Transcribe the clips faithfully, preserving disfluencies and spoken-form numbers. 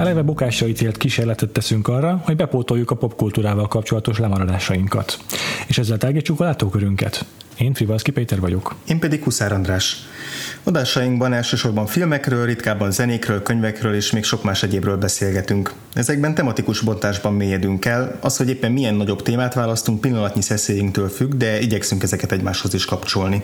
eleve bukásra ítélt kísérletet teszünk arra, hogy bepótoljuk a popkultúrával kapcsolatos lemaradásainkat. És ezzel tágítsuk a látókörünket. Én Frivalszki Péter vagyok. Én pedig Huszár András. Adásainkban elsősorban filmekről, ritkábban zenékről, könyvekről és még sok más egyébről beszélgetünk. Ezekben tematikus bontásban mélyedünk el, az, hogy éppen milyen nagyobb témát választunk, pillanatnyi szeszélyünktől függ, de igyekszünk ezeket egymáshoz is kapcsolni.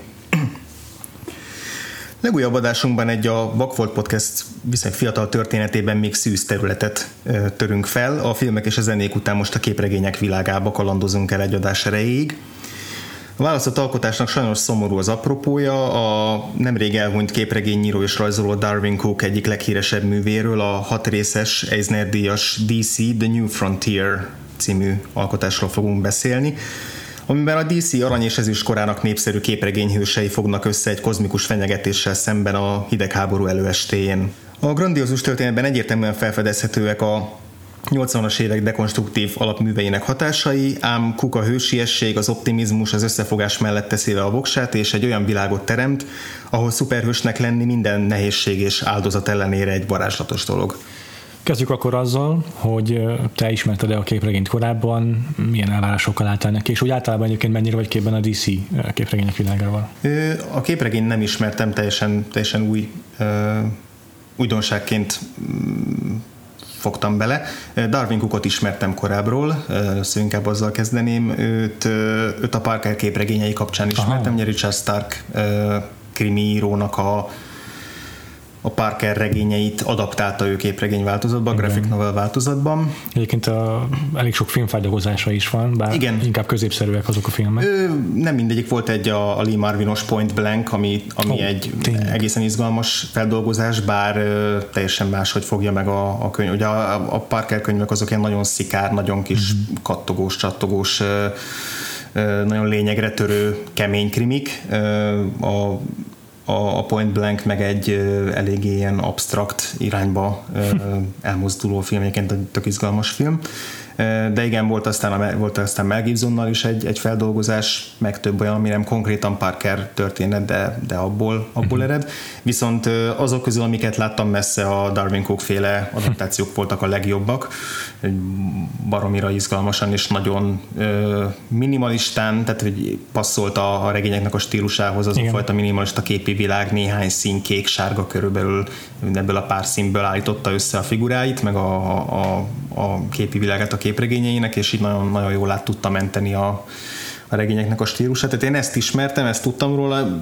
Legújabb adásunkban egy a Vakfolt Podcast viszonylag fiatal történetében még szűz területet törünk fel. A filmek és a zenék után most a képregények világába kalandozunk el egy adás erejéig. A választott alkotásnak sajnos szomorú az apropója, a nemrég elhunyt képregényíró és rajzoló Darwin Cook egyik leghíresebb művéről, a hat részes Eisner-díjas dé cé The New Frontier című alkotásról fogunk beszélni, amiben a dé cé arany és ezüst korának népszerű képregényhősei fognak össze egy kozmikus fenyegetéssel szemben a hidegháború előestéjén. A grandiózus történetben egyértelműen felfedezhetőek a nyolcvanas évek dekonstruktív alapműveinek hatásai, ám Cook a hősiesség, az optimizmus, az összefogás mellett teszi le a voksát, és egy olyan világot teremt, ahol szuperhősnek lenni minden nehézség és áldozat ellenére egy varázslatos dolog. Kezdjük akkor azzal, hogy te ismerted-e a képregényt korábban, milyen elvárásokkal álltál neki, és úgy általában egyébként mennyire vagy képben a dé cé képregények világával? A képregényt nem ismertem, teljesen, teljesen új újdonságként fogtam bele. Darwin Cookot ismertem korábbról, szóval inkább azzal kezdeném. Őt, őt a Parker képregényei kapcsán ismertem, ugye Richard Stark krimiírónak a a Parker regényeit adaptálta ő képregény változatban, igen. Graphic novel változatban. Egyébként a, elég sok filmfeldolgozása is van, bár igen. Inkább középszerűek azok a filmek. Ö, nem mindegyik, volt egy a, a Lee Marvinos Point Blank, ami, ami oh, egy tényleg. egészen izgalmas feldolgozás, bár ö, teljesen máshogy fogja meg a, a könyv. Ugye a, a Parker könyvek azok ilyen nagyon szikár, nagyon kis mm-hmm. kattogós, csattogós, ö, ö, nagyon lényegre törő, kemény krimik. Ö, a a Point Blank meg egy uh, eléggé ilyen absztrakt irányba uh, elmozduló film, egyébként egy tök izgalmas film. Uh, de igen, volt aztán, a, volt aztán Mel Gibsonnal is egy, egy feldolgozás, meg több olyan, ami nem konkrétan Parker történet, de, de abból, abból uh-huh. ered. Viszont uh, azok közül, amiket láttam messze, a Darwin Cook féle adaptációk voltak a legjobbak. Baromira izgalmasan és nagyon uh, minimalistán, tehát hogy passzolt a, a regényeknek a stílusához, az igen. a fajta minimalista képi világ, néhány szín, kék, sárga körülbelül, ebből a pár színből állította össze a figuráit, meg a, a, a képi világát a képregényeinek, és így nagyon, nagyon jól át tudta menteni a, a regényeknek a stílusát. Tehát én ezt ismertem, ezt tudtam róla,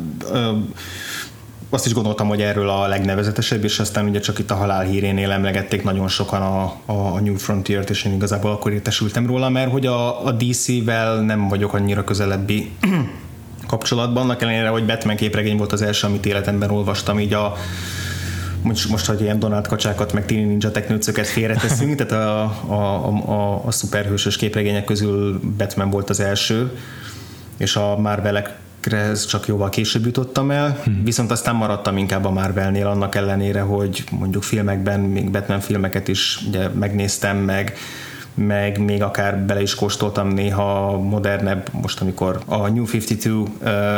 azt is gondoltam, hogy erről a legnevezetesebb, és aztán ugye csak itt a halál hírénél emlegették nagyon sokan a, a New Frontier-t, és én igazából akkor értesültem róla, mert hogy a, a dé cé-vel nem vagyok annyira közelebbi kapcsolatban, annak ellenére, hogy Batman képregény volt az első, amit életemben olvastam, így a most, most hogy ilyen Donald kacsákat, meg Tini Ninja teknőcöket félreteszünk, tehát a, a, a, a szuperhősös képregények közül Batman volt az első, és a Marvelekre csak jóval később jutottam el, hmm. viszont aztán maradtam inkább a Marvelnél, annak ellenére, hogy mondjuk filmekben, még Batman filmeket is ugye megnéztem, meg meg még akár bele is kóstoltam néha modernebb, most amikor a New ötvenkettő uh,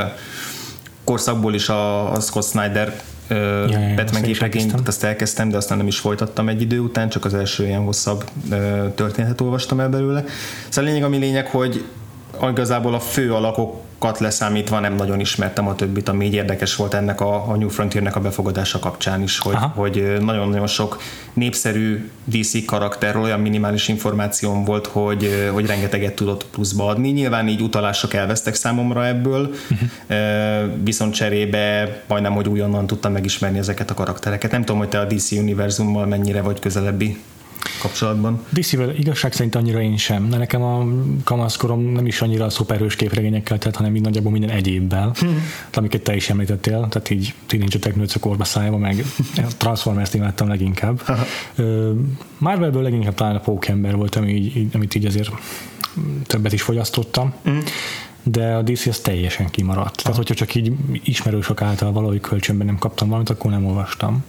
korszakból is a, a Scott Snyder uh, ja, ja, Batman képregényt, azt elkezdtem, de aztán nem is folytattam egy idő után, csak az első ilyen hosszabb uh, történetet olvastam el belőle. Szóval lényeg, ami lényeg, hogy igazából a fő alakokat leszámítva nem nagyon ismertem a többit, ami így érdekes volt ennek a, a New Frontiernek a befogadása kapcsán is, hogy, hogy nagyon-nagyon sok népszerű dé cé karakterről olyan minimális információm volt, hogy, hogy rengeteget tudott pluszba adni. Nyilván így utalások elvesztek számomra ebből, uh-huh. viszont cserébe majdnem, hogy újonnan tudtam megismerni ezeket a karaktereket. Nem tudom, hogy te a dé cé univerzummal mennyire vagy közelebbi kapcsolatban. dé cé-vel igazság szerint annyira én sem. De nekem a kamaszkorom nem is annyira a szuperhős képregényekkel tett, hanem így nagyjából minden egyébbel, hmm. amiket te is említettél, tehát így Teenage Technőcök orba szájba, meg Transformers-t imádtam leginkább. Marvelből leginkább talán a Pókember volt, ami így, amit így azért többet is fogyasztottam. Hmm. De a dé cé az teljesen kimaradt. Tehát, hogyha csak így ismerősök által valahogy kölcsönben nem kaptam valamit, akkor nem olvastam.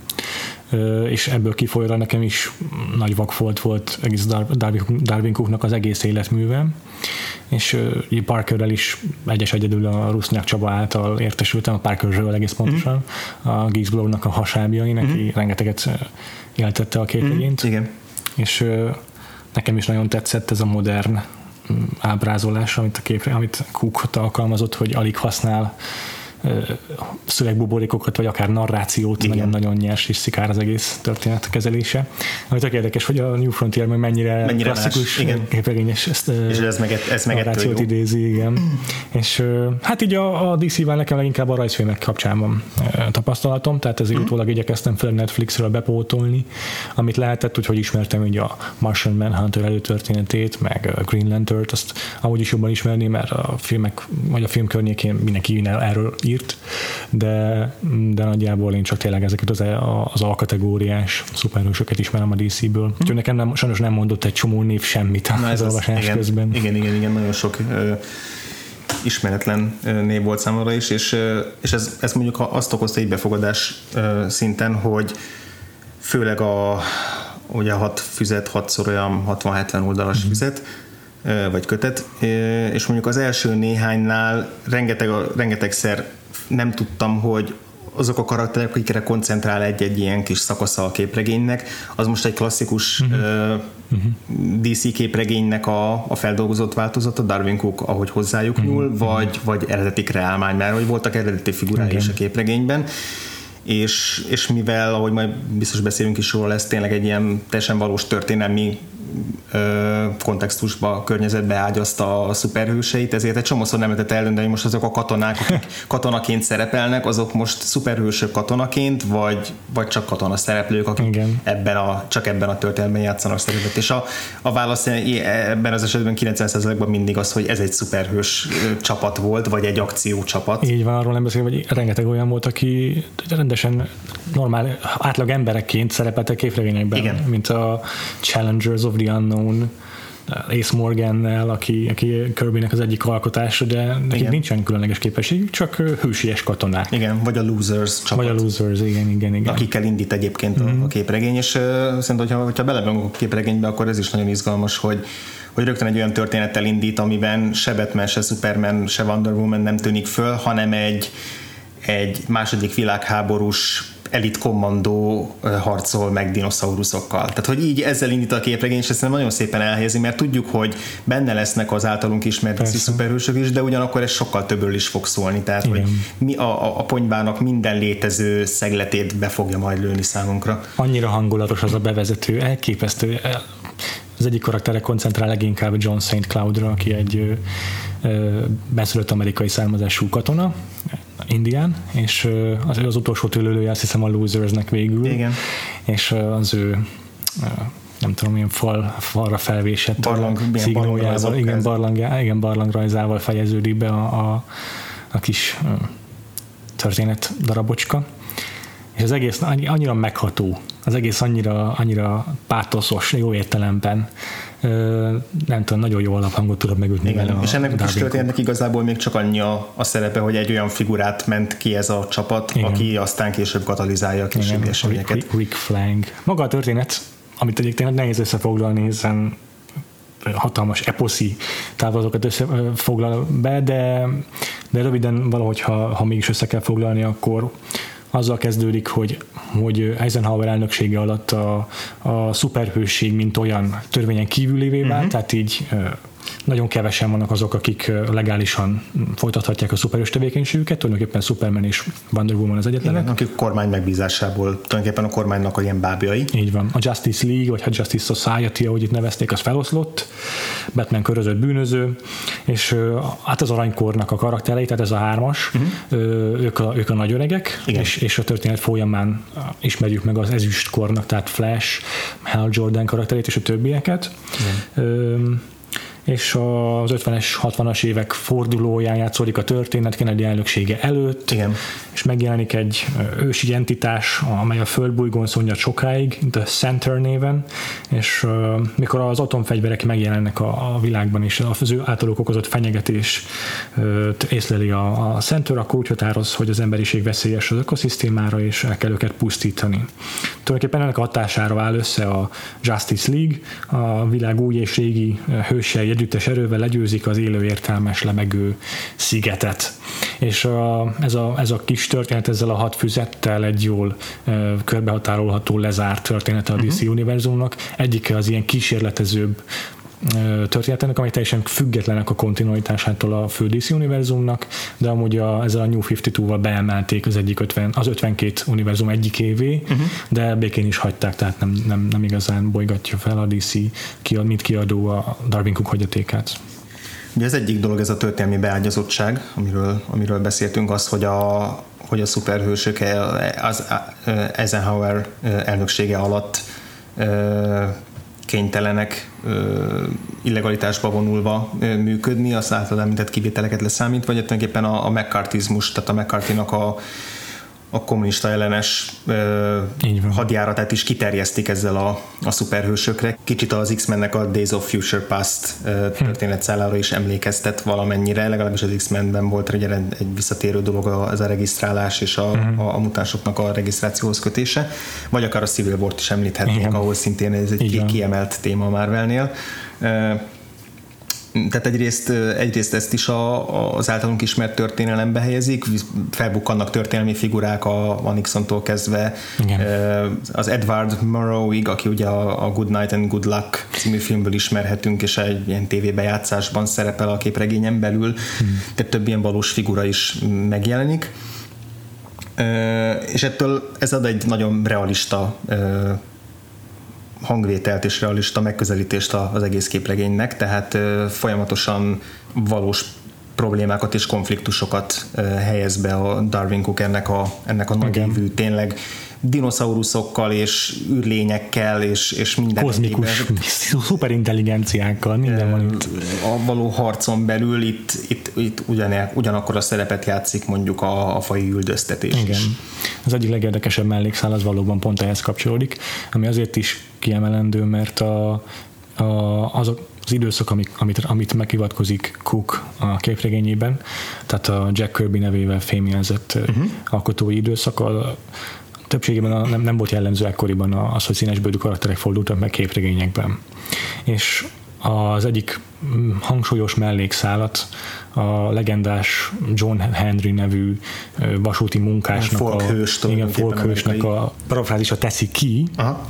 És ebből kifolyólag nekem is nagy vakfolt volt egész Darwin Cooknak az egész életműve, és uh, Parkerrel is egyes egyedül a Rusznyák Csaba által értesültem, a Parkerről egész pontosan, mm-hmm. a Geeksblownak a hasábjai, neki mm-hmm. rengeteget éltette a képregényt. Mm-hmm. Igen. és nekem is nagyon tetszett ez a modern ábrázolás, amit a képre, amit Cook alkalmazott, hogy alig használ szövegbuborékokat, vagy akár narrációt, nagyon-nagyon nyers és szikár az egész történet kezelése. Ami tök érdekes, hogy a New Frontier mennyire, mennyire klasszikus képregényes és ez meg, ez meg narrációt idézi, igen. És hát így a, a dé cé-vel nekem leginkább a rajzfilmek kapcsán van tapasztalatom, tehát ezért mm. utólag igyekeztem fel Netflixről bepótolni, amit lehetett, úgyhogy ismertem így a Martian Manhunter előtörténetét, meg a Green Lantern-t, azt amúgy is jobban ismerni, mert a filmek, vagy a film környékén mindenki erről írt, de, de nagyjából én csak tényleg ezeket az, az A-kategóriás szuperhősöket ismerem a dé cé-ből. Hmm. Úgyhogy nekem nem, sajnos nem mondott egy csomó név semmit az olvasás igen, közben. Igen, igen, igen, nagyon sok uh, ismeretlen uh, név volt számomra is, és, uh, és ez, ez mondjuk azt okozta egy befogadás uh, szinten, hogy főleg a ugye hat füzet, hatszor olyan hatvan-hetven oldalas hmm. füzet, vagy kötet, és mondjuk az első néhánynál rengeteg, rengetegszer nem tudtam, hogy azok a karakterek, akikre koncentrál egy-egy ilyen kis szakasza a képregénynek, az most egy klasszikus uh-huh. uh, dé cé képregénynek a, a feldolgozott változata, Darwin Cook, ahogy hozzájuk uh-huh. nyúl, vagy, vagy eredeti kreálmány, mert hogy voltak eredeti figurái is a képregényben, és, és mivel, ahogy majd biztos beszélünk is róla, ez tényleg egy ilyen teljesen valós történelmi kontextusba, környezetbe ágyazta a szuperhőseit, ezért egy csomószor nem lehetett eldönteni, most azok a katonák, akik katonaként szerepelnek, azok most szuperhősök katonaként, vagy, vagy csak katona szereplők, akik ebben a, csak ebben a történetben játszanak szerepet. És a, a válasz ebben az esetben kilencven százalékban mindig az, hogy ez egy szuperhős csapat volt, vagy egy akciócsapat. Így van, arról nem beszélve, hogy rengeteg olyan volt, aki rendesen normál, átlag emberekként szerepeltek képregényekben, igen. mint a Challengers of the Unknown, Ace Morgannel, aki, aki Kirbynek az egyik alkotása, de nekik nincsen különleges képességük, csak hősies katonák. Igen, vagy a Losers csapat. Vagy a Losers, igen, igen, igen. Akikkel indít egyébként mm-hmm. a képregény, és uh, szerintem, hogyha, hogyha belevonunk a képregénybe, akkor ez is nagyon izgalmas, hogy hogy rögtön egy olyan történettel indít, amiben se Batman, se Superman, se Wonder Woman nem tűnik föl, hanem egy, egy második világháborús elit kommandó harcol meg dinoszauruszokkal. Tehát, hogy így ezzel indít a képregény, és ezt nagyon szépen elhelyezi, mert tudjuk, hogy benne lesznek az általunk ismert szuperhősök is, de ugyanakkor ez sokkal többről is fog szólni. Tehát, igen. hogy mi a, a ponyvának minden létező szegletét be fogja majd lőni számunkra. Annyira hangulatos az a bevezető, elképesztő. Az egyik karakterre koncentrál leginkább John Saint Cloudra, aki egy benszülött amerikai származású katona, indián, és az, az utolsó tőlőlője azt hiszem a Losersnek végül, igen. és az ő nem tudom, ilyen fal, falra felvésett barlang, szignójával, igen, barlang, igen, barlangrajzával fejeződik be a, a, a kis történet darabocska, és az egész annyira megható, az egész annyira, annyira pátoszos, jó értelemben, nem tudom, nagyon jó alaphangot tudod megütni vele. És ennek a kis történetnek igazából még csak annyi a, a szerepe, hogy egy olyan figurát ment ki ez a csapat, igen. aki aztán később katalizálja a későbbi eseményeket. Rick Flag. Maga a történet, amit egyébként nehéz összefoglalni, hiszen hatalmas eposzi távlatokat összefoglal be, de, de röviden valahogy, ha, ha mégis össze kell foglalni, akkor azzal kezdődik, hogy, hogy Eisenhower elnöksége alatt a, a szuperhősség mint olyan törvényen kívülévé vált, uh-huh. tehát így nagyon kevesen vannak azok, akik legálisan folytathatják a szuperhős tevékenységüket, tulajdonképpen Superman és Wonder Woman az egyetlenek. Igen, akik kormány megbízásából, tulajdonképpen a kormánynak a ilyen bábjai. Így van. A Justice League, vagy a Justice Society, ahogy itt nevezték, az feloszlott, Batman körözött bűnöző, és hát az aranykornak a karakterei, tehát ez a hármas, uh-huh. ők, a, ők a nagy öregek, és, és a történet folyamán ismerjük meg az ezüstkornak, tehát Flash, Hal Jordan karakterét és a többieket. Igen. És az ötvenes, hatvanas évek fordulóján játszódik a történet Kennedy elnöksége előtt, igen. és megjelenik egy ősi entitás, amely a földbolygón szonyat sokáig, The Center néven, és uh, mikor az atomfegyverek megjelennek a, a világban, és az ő általuk okozott fenyegetés uh, észleli a, a Center, akkor úgy határoz, hogy az emberiség veszélyes az ökoszisztémára, és el kell őket pusztítani. Tulajdonképpen ennek a hatására áll össze a Justice League, a világ új és régi hősei együttes erővel legyőzik az élő értelmes lebegő szigetet. És a, ez, a, ez a kis történet ezzel a hat füzettel egy jól uh, körbehatárolható, lezárt története a dé cé uh-huh. univerzumnak. Egyike az ilyen kísérletezőbb történetének, amely teljesen függetlenek a kontinuitásától a fő dé cé univerzumnak, de amúgy a, ezzel a New ötvenkettővel beemelték az egyik ötven, az ötvenkét univerzum egyikévé, uh-huh. de békén is hagyták, tehát nem, nem, nem igazán bolygatja fel a dé cé, mint kiadó a Darwin Cook hagyatékát. Ugye az egyik dolog ez a történelmi beágyazottság, amiről, amiről beszéltünk, az, hogy a, hogy a szuperhősök az Eisenhower elnöksége alatt kénytelenek illegalitásba vonulva működni, azt által említett kivételeket leszámít, vagy tulajdonképpen a, a McCarthyzmus, tehát a McCarthynak a, a kommunista ellenes hadjáratát is kiterjesztik ezzel a, a szuperhősökre. Kicsit az X-Mennek a Days of Future Past történetszálára is emlékeztet valamennyire, legalábbis az X-Menben volt egy, egy visszatérő dolog ez a regisztrálás és a, a, a mutánsoknak a regisztrációhoz kötése, vagy akár a Civil War-t is említhetnénk, igen. ahol szintén ez egy igen. kiemelt téma Marvelnél. Tehát egyrészt, egyrészt ezt is a, az általunk ismert történelembe helyezik, felbukkannak történelmi figurák a, a Nixontól kezdve, igen. az Edward Murrow-ig, aki ugye a, a Good Night and Good Luck című filmből ismerhetünk, és egy ilyen tévébejátszásban szerepel a képregényen belül, hmm. tehát több ilyen valós figura is megjelenik. És ettől ez ad egy nagyon realista hangvételt és realista megközelítést az egész képregénynek, tehát folyamatosan valós problémákat és konfliktusokat helyez be a Darwin Cook ennek a, ennek a nagyévű, tényleg dinoszauruszokkal és űrlényekkel és, és minden kozmikus szuperintelligenciákkal, minden van itt. A való harcon belül itt, itt, itt ugyan, ugyanakkor a szerepet játszik mondjuk a, a faji üldöztetés igen. is. Az egyik legérdekesebb mellékszál az valóban pont ehhez kapcsolódik, ami azért is kiemelendő, mert a, a, azok az időszak, amit, amit, amit meghivatkozik Cook a képregényében, tehát a Jack Kirby nevével fémjelzett uh-huh. alkotói időszak, a, többségében a, nem, nem volt jellemző ekkoriban az, hogy színesbőrű karakterek fordultak meg képregényekben. És az egyik hangsúlyos mellékszálat a legendás John Henry nevű vasúti munkásnak, a, igen, folkhősnek a parafrázisa teszi ki, aha.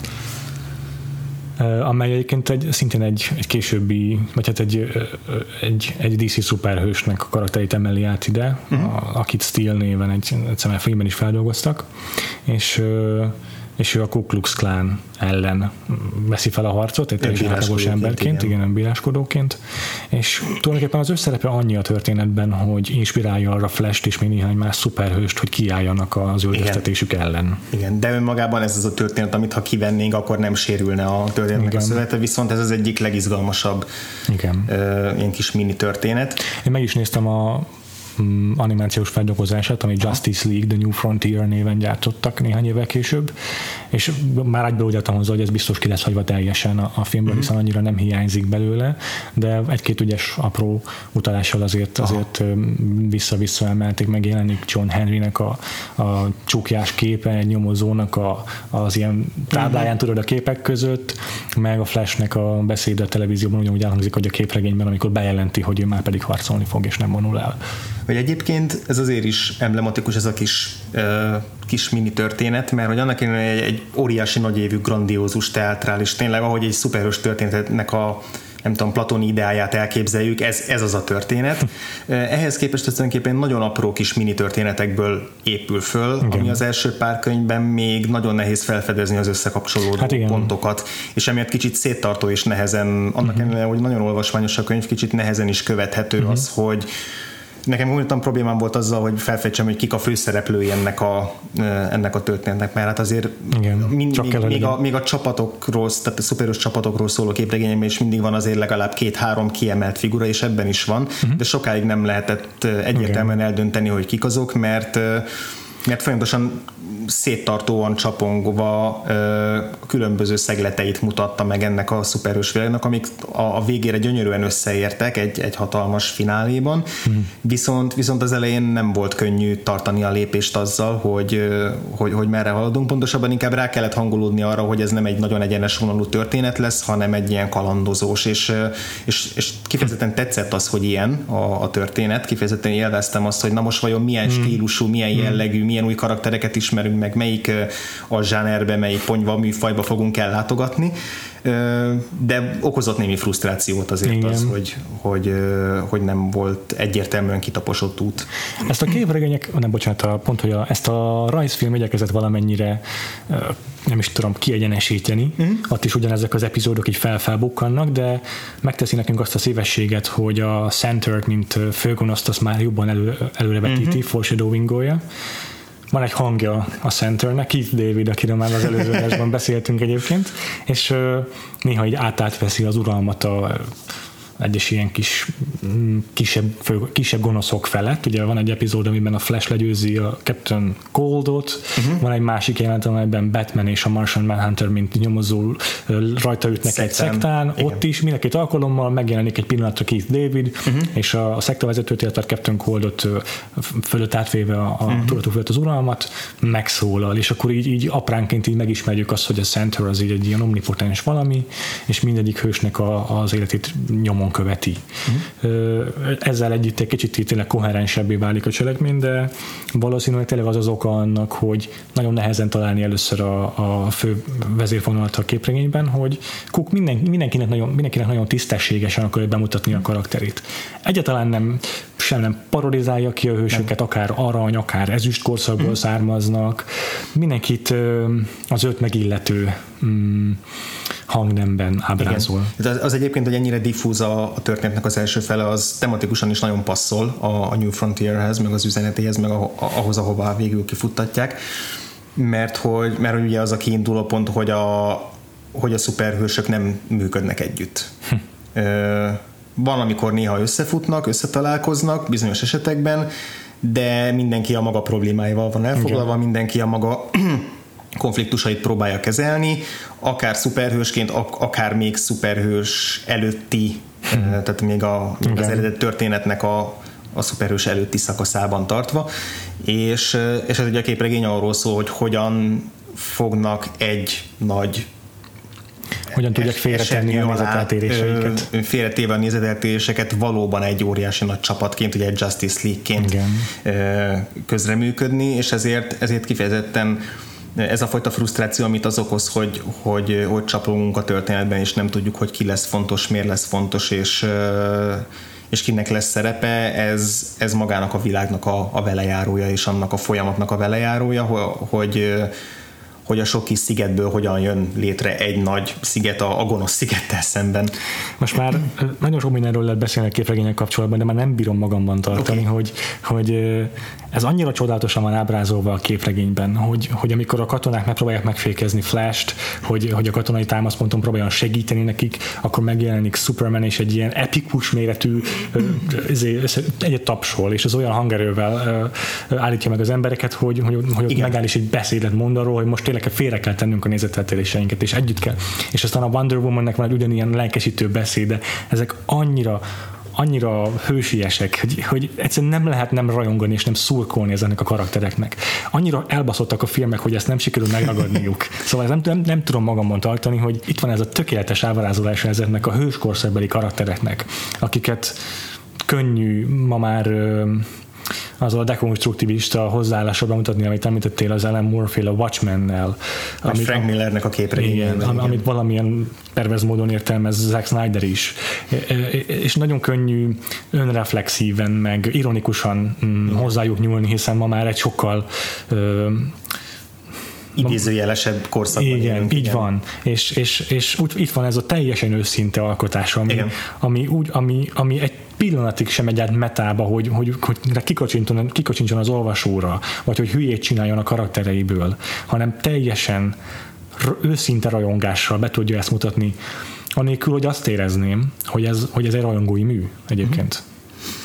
amely egyébként egy, szintén egy, egy későbbi, vagy hát egy, egy, egy dé cé szuperhősnek a karakterét emeli át ide, uh-huh. a, akit Steel néven egy, egy filmben is feldolgoztak, és és ő a Ku Klux Klan ellen veszi fel a harcot, egy teljesen átlagos emberként, igen, igen bíráskodóként, és tulajdonképpen az ő szerepe annyi a történetben, hogy inspirálja arra Flash-t és még néhány más szuperhőst, hogy kiálljanak az üldöztetésük ellen. Igen, de önmagában ez az a történet, amit ha kivennénk, akkor nem sérülne a történetnek a szövete, viszont ez az egyik legizgalmasabb igen. Uh, ilyen kis mini történet. Én meg is néztem a animációs feldolgozását, ami Justice League The New Frontier néven gyártottak néhány évvel később, és már egyből úgy adtam hozzá, hogy ez biztos ki lesz hagyva teljesen a, a filmből, hiszen annyira nem hiányzik belőle, de egy-két ügyes apró utalással azért, azért vissza-vissza emelték, megjelenik John Henrynek a, a csukjás képe, egy nyomozónak a, az ilyen tábláján tudod a képek között, meg a Flashnek a beszéde a televízióban ugyanúgy elhangzik, hogy a képregényben, amikor bejelenti, hogy ő már pedig harcolni fog, és nem vonul el. Vagy egyébként ez azért is emblematikus, ez a kis, uh, kis mini történet, mert hogy annak ellenére egy, egy óriási nagyévű, grandiózus, teátrális, tényleg ahogy egy szuperhős történetnek a nem tudom, platoni ideáját elképzeljük, ez, ez az a történet. Ehhez képest tulajdonképpen nagyon apró kis mini történetekből épül föl, igen. ami az első pár könyvben még nagyon nehéz felfedezni az összekapcsolódó hát pontokat, és emiatt kicsit széttartó és nehezen, annak uh-huh. ellenére, hogy nagyon olvasmányos a könyv, kicsit nehezen is követhető uh-huh. az, hogy nekem olyan problémám volt azzal, hogy felfejtsem, hogy kik a főszereplői ennek a, ennek a történetnek, mert hát azért igen, mind, még, még, a, még a csapatokról, tehát a szuperhős csapatokról szóló képregényekben is mindig van azért legalább két-három kiemelt figura, és ebben is van, uh-huh. de sokáig nem lehetett egyértelműen okay. eldönteni, hogy kik azok, mert mert folyamatosan széttartóan csapongva ö, különböző szegleteit mutatta meg ennek a szuperhős világnak, amik a, a végére gyönyörűen összeértek egy, egy hatalmas fináléban, hmm. viszont, viszont az elején nem volt könnyű tartani a lépést azzal, hogy, hogy, hogy merre haladunk, pontosabban inkább rá kellett hangolódni arra, hogy ez nem egy nagyon egyenes vonalú történet lesz, hanem egy ilyen kalandozós, és, és, és kifejezetten tetszett az, hogy ilyen a, a történet, kifejezetten élveztem azt, hogy na most vajon milyen hmm. stílusú, milyen jellegű, milyen új karaktereket ismerünk meg, melyik a zsánerbe, melyik ponyva műfajba fogunk ellátogatni, de okozott némi frusztrációt azért igen. az, hogy, hogy, hogy nem volt egyértelműen kitaposott út. Ezt a képregények, nem bocsánat, pont, hogy a, ezt a rajzfilm igyekezett valamennyire nem is tudom kiegyenesíteni, mm. ott is ugyanezek az epizódok így felfelbukkannak, de megteszi nekünk azt a szívességet, hogy a Center, mint főgonoszt, azt már jobban elő, előrevetíti, mm-hmm. foreshadowingolja. Van egy hangja a Centernek, Keith David, akiről már az előző adásban beszéltünk egyébként, és uh, néha így átátveszi az uralmat a egyes ilyen kis, kisebb, fő, kisebb gonoszok felett. Ugye van egy epizód, amiben a Flash legyőzi a Captain Coldot, uh-huh. van egy másik jelent, amelyben Batman és a Martian Manhunter, mint nyomozó rajta ütnek Szekten. egy szektán. Igen. Ott is mind a két alkalommal megjelenik egy pillanatra Keith David, uh-huh. és a, a szektavezetőt, illetve a Captain Coldot fölött átvéve a, a uh-huh. tudatuk fölött az uralmat, megszólal, és akkor így, így apránként így megismerjük azt, hogy a Center az így egy ilyen omnipotens valami, és mindegyik hősnek a, az életét nyomon követi. Uh-huh. Ezzel együtt egy kicsit tényleg koherensebbé válik a cselekmény, de valószínűleg tényleg az az oka annak, hogy nagyon nehezen találni először a, a fő vezérvonalat a képregényben, hogy Cook minden, mindenkinek, nagyon, mindenkinek nagyon tisztességesen akarja bemutatni a karakterét. Egyáltalán nem sem nem parodizálja ki a hősöket, nem. akár arany, akár ezüst korszakból mm. származnak. Mindenkit az őt megillető mm, hangnemben ábrázol. Az, az egyébként, hogy ennyire diffúz a, a történetnek az első fele, az tematikusan is nagyon passzol a, a New Frontierhez, meg az üzenetéhez, meg a, a, ahhoz, ahová végül kifuttatják, mert hogy, mert hogy ugye az a kiinduló pont, hogy a, hogy a szuperhősök nem működnek együtt. Hm. Ö, Van, amikor néha összefutnak, összetalálkoznak bizonyos esetekben, de mindenki a maga problémáival van elfoglalva, igen. mindenki a maga konfliktusait próbálja kezelni, akár szuperhősként, akár még szuperhős előtti, hmm. tehát még, a, még az eredet történetnek a, a szuperhős előtti szakaszában tartva, és, és ez ugye a képregény arról szól, hogy hogyan fognak egy nagy hogyan tudják félretenni a nézeteltéréseiket. Félretéve a nézeteltéréseket valóban egy óriási nagy csapatként, ugye egy Justice League-ként igen. közreműködni, és ezért, ezért kifejezetten ez a fajta frusztráció, amit az okoz, hogy, hogy, hogy csapolunk a történetben, és nem tudjuk, hogy ki lesz fontos, miért lesz fontos, és, és kinek lesz szerepe, ez, ez magának a világnak a, a velejárója, és annak a folyamatnak a velejárója, hogy hogy a sok kis szigetből hogyan jön létre egy nagy sziget a, a gonosz szigettel szemben. Most már nagyon sok mindenről lehet beszélni a képregények kapcsolatban, de már nem bírom magamban tartani, okay. hogy, hogy ez annyira csodálatosan van ábrázolva a képregényben, hogy, hogy amikor a katonák megpróbálják megfékezni Flash-t, hogy, hogy a katonai támaszponton próbáljon segíteni nekik, akkor megjelenik Superman, és egy ilyen epikus méretű egyet tapsol, és az olyan hangerővel állítja meg az embereket, hogy, hogy, hogy megáll is egy beszédet mond arról, hogy most tényleg félre kell tennünk a nézeteltéréseinket, és együtt kell. És aztán a Wonder Womannek van egy ugyanilyen lelkesítő beszéde. Ezek annyira annyira hősiesek, hogy, hogy egyszerűen nem lehet nem rajongani és nem szurkolni ezeknek a karaktereknek. Annyira elbaszottak a filmek, hogy ezt nem sikerül megragadniuk. Szóval nem, nem, nem tudom magamban tartani, hogy itt van ez a tökéletes ábrázolása ezeknek a hőskorszakbeli karaktereknek, akiket könnyű ma már az a dekonstruktivista hozzáállásra bemutatni, amit említettél az Alan Moore-féle Watchmen-nel. Vagy Frank Millernek a képregényében. Am, amit valamilyen perverz módon értelmez Zack Snyder is. És nagyon könnyű önreflexíven, meg ironikusan mm. hozzájuk nyúlni, hiszen ma már egy sokkal idézőjelesebb korszakban igen, élünk. Így igen. van. És, és, és úgy itt van ez a teljesen őszinte alkotás, ami, ami, úgy, ami, ami egy pillanatig sem megy át metába, hogy, hogy, hogy kikacsincson, kikacsincson az olvasóra, vagy hogy hülyét csináljon a karaktereiből, hanem teljesen őszinte rajongással be tudja ezt mutatni, anélkül, hogy azt érezném, hogy ez, hogy ez egy rajongói mű egyébként.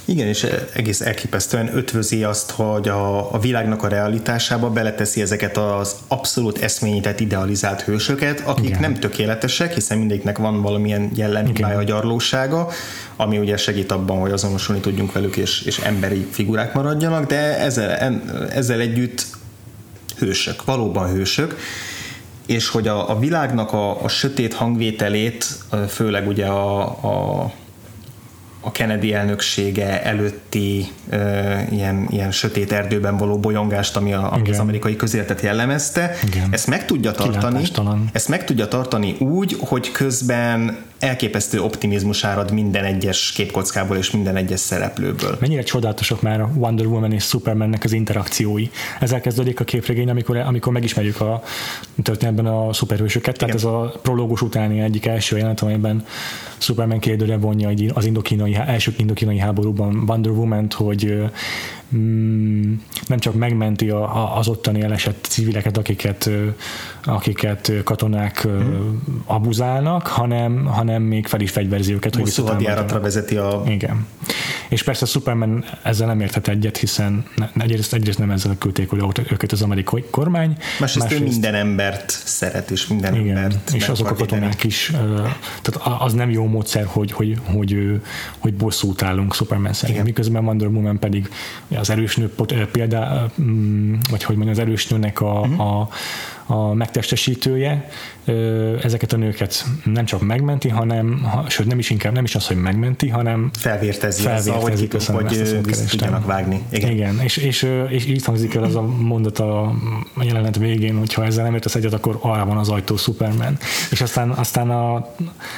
Igen, és egész elképesztően ötvözi azt, hogy a, a világnak a realitásába beleteszi ezeket az abszolút eszményített, idealizált hősöket, akik igen. nem tökéletesek, hiszen mindegyiknek van valamilyen jellemhibája, gyarlósága, ami ugye segít abban, hogy azonosulni tudjunk velük, és, és emberi figurák maradjanak, de ezzel, ezzel együtt hősök, valóban hősök, és hogy a, a világnak a, a sötét hangvételét, főleg ugye a, a a Kennedy elnöksége előtti uh, ilyen, ilyen sötét erdőben való bolyongást, ami, a, ami az amerikai közéletet jellemezte, igen. ezt meg tudja tartani, ezt meg tudja tartani úgy, hogy közben elképesztő optimizmus árad minden egyes képkockából és minden egyes szereplőből. Mennyire csodálatosak már a Wonder Woman és Supermannek az interakciói. Ezzel kezdődik a képregény, amikor, amikor megismerjük a történetben a szuperhősöket, tehát igen. ez a prológus utáni egyik első jelenet, amelyben Superman kérdőre vonja az indokínai, első indokínai háborúban Wonder Woman-t, hogy mm, nem csak megmenti a, a, az ottani elesett civileket, akiket, akiket katonák hmm. abuzálnak, hanem, hanem még fel is fegyverzi őket. Hosszú hadjáratra vezeti a... Igen. És persze Superman ezzel nem érthet egyet, tehát egyrészt, egyrészt nem ezzel küldték oda őket az amerikai kormány. Másrészt, másrészt ő minden embert szeret, és minden igen, embert és azok a katonák is, tehát az nem jó módszer, hogy, hogy, hogy, hogy bosszút állunk Superman szerint. Miközben Wonder Woman pedig az erősnő példa, vagy hogy mondjam, az erősnőnek a, uh-huh. a a megtestesítője, ezeket a nőket nem csak megmenti, hanem, ha, sőt nem is inkább, nem is az, hogy megmenti, hanem felvértezi, felvértezi azzal, hogy, hogy vissza tudjanak vágni. Igen, Igen. És, és, és így hangzik el az a mondat a jelenet végén, hogyha ezzel nem értesz egyet, akkor arra van az ajtó Superman. És aztán, aztán a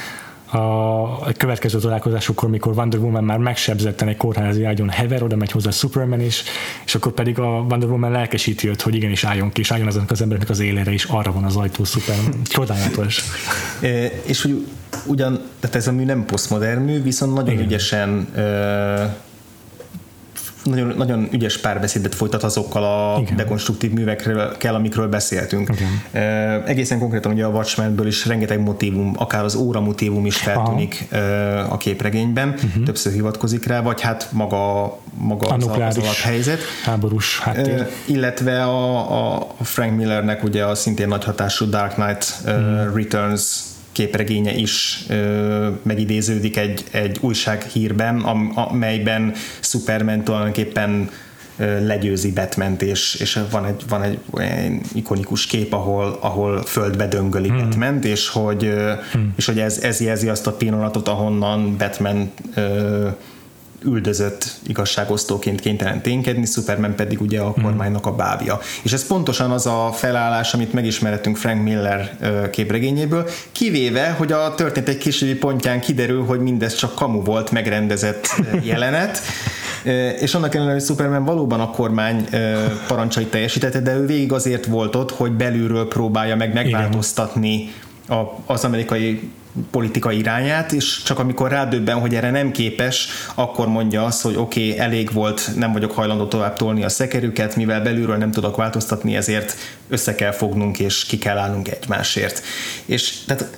a következő találkozásukkor, mikor Wonder Woman már megsebzetten egy kórházi ágyon hever, oda megy hozzá Superman is, és akkor pedig a Wonder Woman lelkesíti őt, hogy igenis álljon ki, és álljon azoknak az embereknek az élére, és arra van az ajtó Superman. Csodálatos. e, és hogy ugyan, tehát ez a mű nem posztmodern mű, viszont nagyon igen. ügyesen e, Nagyon, nagyon ügyes párbeszédet folytat azokkal a igen. dekonstruktív művekkel, amikről beszéltünk. Uh, egészen konkrétan ugye a Watchmenből is rengeteg motívum, akár az óra motívum is feltűnik uh, a képregényben, uh-huh. többször hivatkozik rá, vagy hát maga, maga az, az alaphelyzet. Háborús háttér. Uh, illetve a, a Frank Millernek ugye a szintén nagy hatású Dark Knight uh, uh-huh. Returns képregénye is ö, megidéződik egy, egy újsághírben, amelyben Superman tulajdonképpen ö, legyőzi Batmant, és, és van egy, van egy olyan ikonikus kép, ahol, ahol földbe döngöli hmm. Batmant, és hogy, ö, hmm. és hogy ez, ez jelzi azt a pillanatot, ahonnan Batman ö, üldözött igazságosztóként kénytelen ténykedni, Superman pedig ugye a kormánynak a bábja. És ez pontosan az a felállás, amit megismerhetünk Frank Miller képregényéből, kivéve, hogy a történet egy későbbi pontján kiderül, hogy mindez csak kamu volt, megrendezett jelenet, és annak ellenére, hogy Superman valóban a kormány parancsait teljesítette, de ő végig azért volt ott, hogy belülről próbálja meg megváltoztatni a, az amerikai politika irányát, és csak amikor rádöbben, hogy erre nem képes, akkor mondja azt, hogy oké, okay, elég volt, nem vagyok hajlandó tovább tolni a szekerüket, mivel belülről nem tudok változtatni, ezért össze kell fognunk, és ki kell állnunk egymásért. És tehát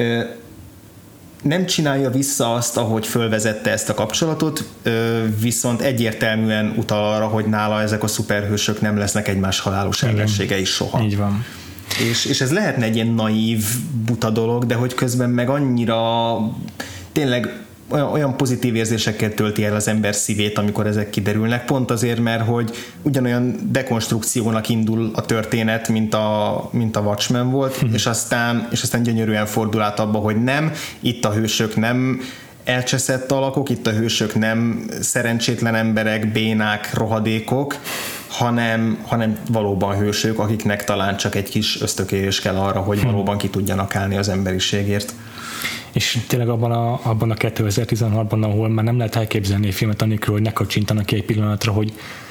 nem csinálja vissza azt, ahogy fölvezette ezt a kapcsolatot, viszont egyértelműen utal arra, hogy nála ezek a szuperhősök nem lesznek egymás halálos ellenségei soha. Így van. És, és ez lehetne egy ilyen naív, buta dolog, de hogy közben meg annyira tényleg olyan, olyan pozitív érzésekkel tölti el az ember szívét, amikor ezek kiderülnek, pont azért, mert hogy ugyanolyan dekonstrukciónak indul a történet, mint a, mint a Watchmen volt, mm. és, aztán, és aztán gyönyörűen fordul át abba, hogy nem, itt a hősök nem elcseszett alakok, itt a hősök nem szerencsétlen emberek, bénák, rohadékok, hanem, hanem valóban hősök, akiknek talán csak egy kis ösztökélés kell arra, hogy valóban ki tudjanak állni az emberiségért. És tényleg abban a, abban a kétezer-tizenhatban, ahol már nem lehet elképzelni egy filmet annélkül, hogy ne kacsintanak ki egy pillanatra, hogy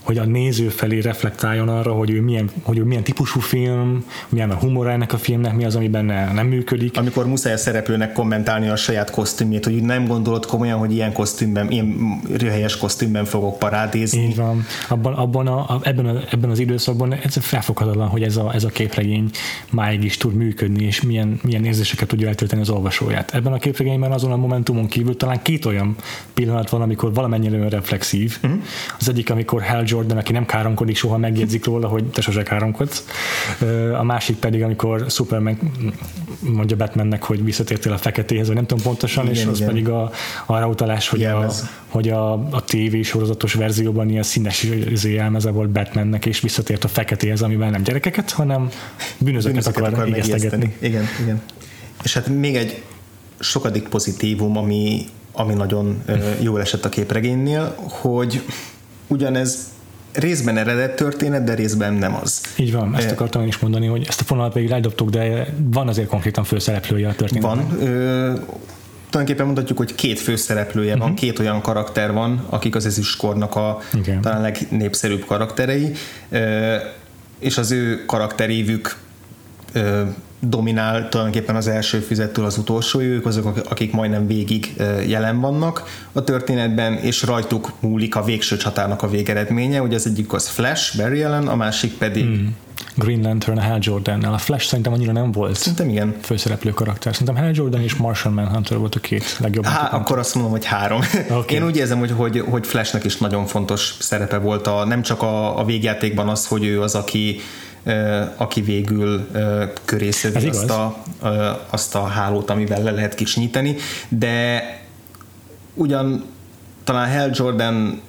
hogy a néző felé reflektáljon arra, hogy ő milyen, hogy ő milyen típusú film, milyen a humor ennek a filmnek, mi az, ami benne nem működik. Amikor muszáj a szereplőnek kommentálni a saját kosztümjét, hogy nem gondolod komolyan, hogy ilyen kosztümben, ilyen röhelyes kosztümben fogok parádézni. Így van. Abban, abban a, ebben, a, ebben az időszakban ez felfoghatatlan, hogy ez a, ez a képregény máig is tud működni, és milyen, milyen érzéseket tudja eltölteni az olvasóját. Ebben a képregényben azon a momentumon kívül talán két olyan pillanat van, amikor valamennyire reflexív. Uh-huh. Az egyik, amikor Hal Jordan, aki nem káromkodik, soha megjegyzik róla, hogy te sose káromkodsz. A másik pedig, amikor Superman mondja Batmannek, hogy visszatértél a feketéhez, vagy nem tudom pontosan, igen, és igen. Az pedig a, arra utalás, hogy, a, hogy a, a tévésorozatos verzióban ilyen színes jelmeze volt Batmannek, és visszatért a feketéhez, amivel nem gyerekeket, hanem bűnözőket akar, akar ijesztegetni. Igen, igen. És hát még egy sokadik pozitívum, ami, ami nagyon jól esett a képregénynél, hogy ugyanez részben eredet történet, de részben nem az. Így van, ezt akartam én is mondani, hogy ezt a fonalat végig eldobtuk, de van azért konkrétan főszereplője a történetben. Van. Ö, tulajdonképpen mondhatjuk, hogy két főszereplője uh-huh. van, két olyan karakter van, akik az ezüstkornak a igen. talán legnépszerűbb karakterei, ö, és az ő karakterévük ö, dominál tulajdonképpen az első füzettől az utolsó, ők azok, akik majdnem végig jelen vannak a történetben, és rajtuk múlik a végső csatának a végeredménye. Ugye az egyik az Flash, Barry Allen, a másik pedig mm. Green Lantern, Hal Jordannel. A Flash szerintem annyira nem volt. Szerintem igen. Főszereplő karakter. Szerintem Hal Jordan és Martian Manhunter volt a két legjobb. Há, akkor azt mondom, hogy három. Okay. Én úgy érzem, hogy, hogy, hogy Flashnek is nagyon fontos szerepe volt. A, nem csak a, a végjátékban az, hogy ő az, aki aki végül köré szövi azt a, azt a hálót, amivel le lehet kicsinyíteni, de ugyan talán Hal Jordan,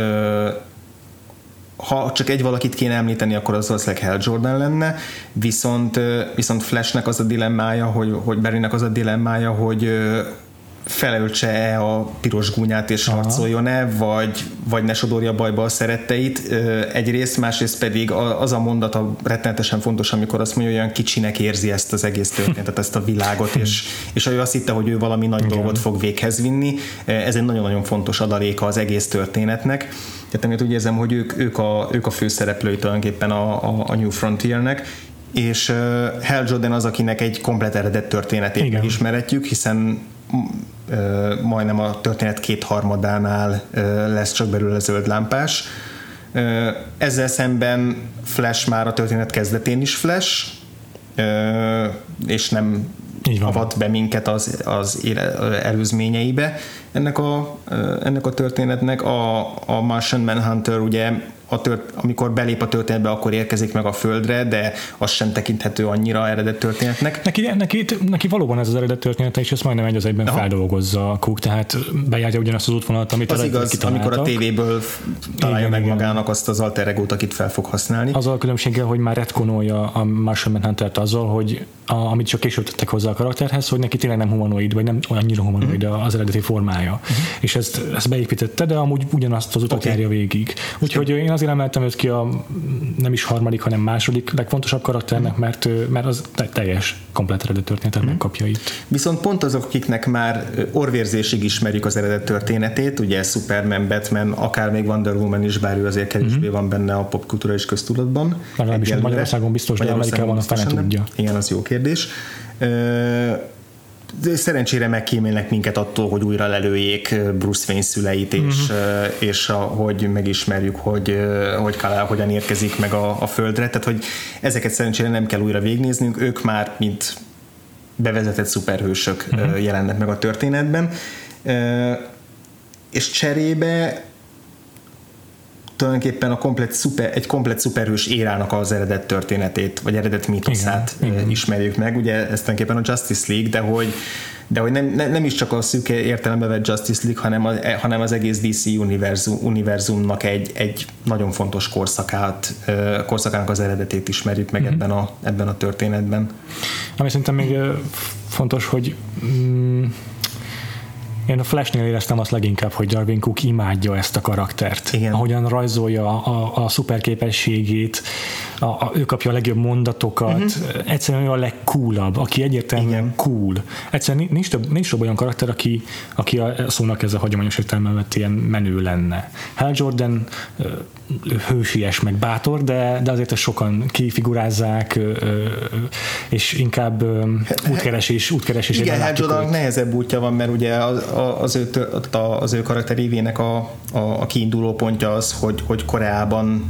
ha csak egy valakit kéne említeni, akkor az valószínűleg Hal Jordan lenne, viszont, viszont Flashnek az a dilemmája, hogy, hogy Barrynek az a dilemmája, hogy felöltse a piros gúnyát és harcoljon-e, vagy, vagy ne sodorja bajba a szeretteit egyrészt, másrészt pedig az a mondata rettenetesen fontos, amikor azt mondja, hogy olyan kicsinek érzi ezt az egész történetet, ezt a világot, és, és ő azt hitte, hogy ő valami nagy igen. dolgot fog véghez vinni. Ez egy nagyon-nagyon fontos adaléka az egész történetnek. Tehát emiatt úgy érzem, hogy ők, ők, a, ők a főszereplői tulajdonképpen a, a, a New Frontiernek, és Hal Jordan az, akinek egy komplet eredet történetét megismerhetjük, hiszen majdnem a történet kétharmadánál lesz csak belőle zöld lámpás. Ezzel szemben Flash már a történet kezdetén is Flash, és nem avat be minket az, az előzményeibe ennek a, ennek a történetnek. A, a Martian Manhunter ugye a tört, amikor belép a történetbe, akkor érkezik meg a Földre, de az sem tekinthető annyira eredet történetnek. Neki, neki, neki valóban ez az eredet története, és ezt majdnem egy az egyben Aha. feldolgozza a Cook, tehát bejárja ugyanazt az útvonalat, amit az igaz, kitaláltak. Amikor a tévéből találja igen, meg igen. magának azt az alter egót, akit fel fog használni. Azzal a különbséggel, hogy már retkonolja a Martian Manhuntert azzal, hogy a, amit csak később tettek hozzá a karakterhez, hogy neki tényleg nem humanoid, vagy nem annyira humanoid uh-huh. az eredeti formája. Uh-huh. És ezt, ezt beépítette, de amúgy ugyanazt az utat okay. járja végig. Úgyhogy én azért emeltem őt ki a nem is harmadik, hanem második legfontosabb karakternek, mert, mert az teljes, komplet eredet történetet mm. megkapja itt. Viszont pont azok, akiknek már orvérzésig ismerjük az eredet történetét, ugye Superman, Batman, akár még Wonder Woman is, bár ő azért kevésbé mm. van benne a popkultúra és köztudatban. Legalábbis Magyarországon biztos, de Amerikában a fene tudja. Igen, az jó kérdés. De szerencsére megkímélnek minket attól, hogy újra lelőjék Bruce Wayne szüleit, és, mm-hmm. és a, hogy megismerjük, hogy, hogy Kal-El hogyan érkezik meg a, a Földre, tehát hogy ezeket szerencsére nem kell újra végignéznünk, ők már mint bevezetett szuperhősök mm-hmm. jelennek meg a történetben, és cserébe tulajdonképpen a komplet szuper, egy komplet szuperhős érának az eredet történetét, vagy eredet mítoszát igen, ismerjük igen. meg. Ugye ez tulajdonképpen a Justice League, de hogy, de hogy nem, nem is csak a szűk értelembe vett Justice League, hanem, a, hanem az egész dé cé univerzum, univerzumnak egy, egy nagyon fontos korszakát, korszakának az eredetét ismerjük meg mm-hmm. ebben, a, ebben a történetben. Ami szerintem még fontos, hogy mm, én a Flashnél éreztem azt leginkább, hogy Darwyn Cook imádja ezt a karaktert. Igen. Ahogyan rajzolja a, a, a szuperképességét, a, a, ő kapja a legjobb mondatokat, uh-huh. egyszerűen ő a legcoolabb, aki egyértelműen igen. cool. Egyszerűen nincs több, nincs több olyan karakter, aki, aki a szónak ez a hagyományos értelemben vett ilyen menő lenne. Hal Jordan hősies meg bátor, de, de azért ezt sokan kifigurázzák, és inkább útkeresés, útkeresés. Igen, Hal Jordannak nehezebb útja van, mert ugye az, az, ő, az ő karakterévének a, a, a kiinduló pontja az, hogy, hogy Koreában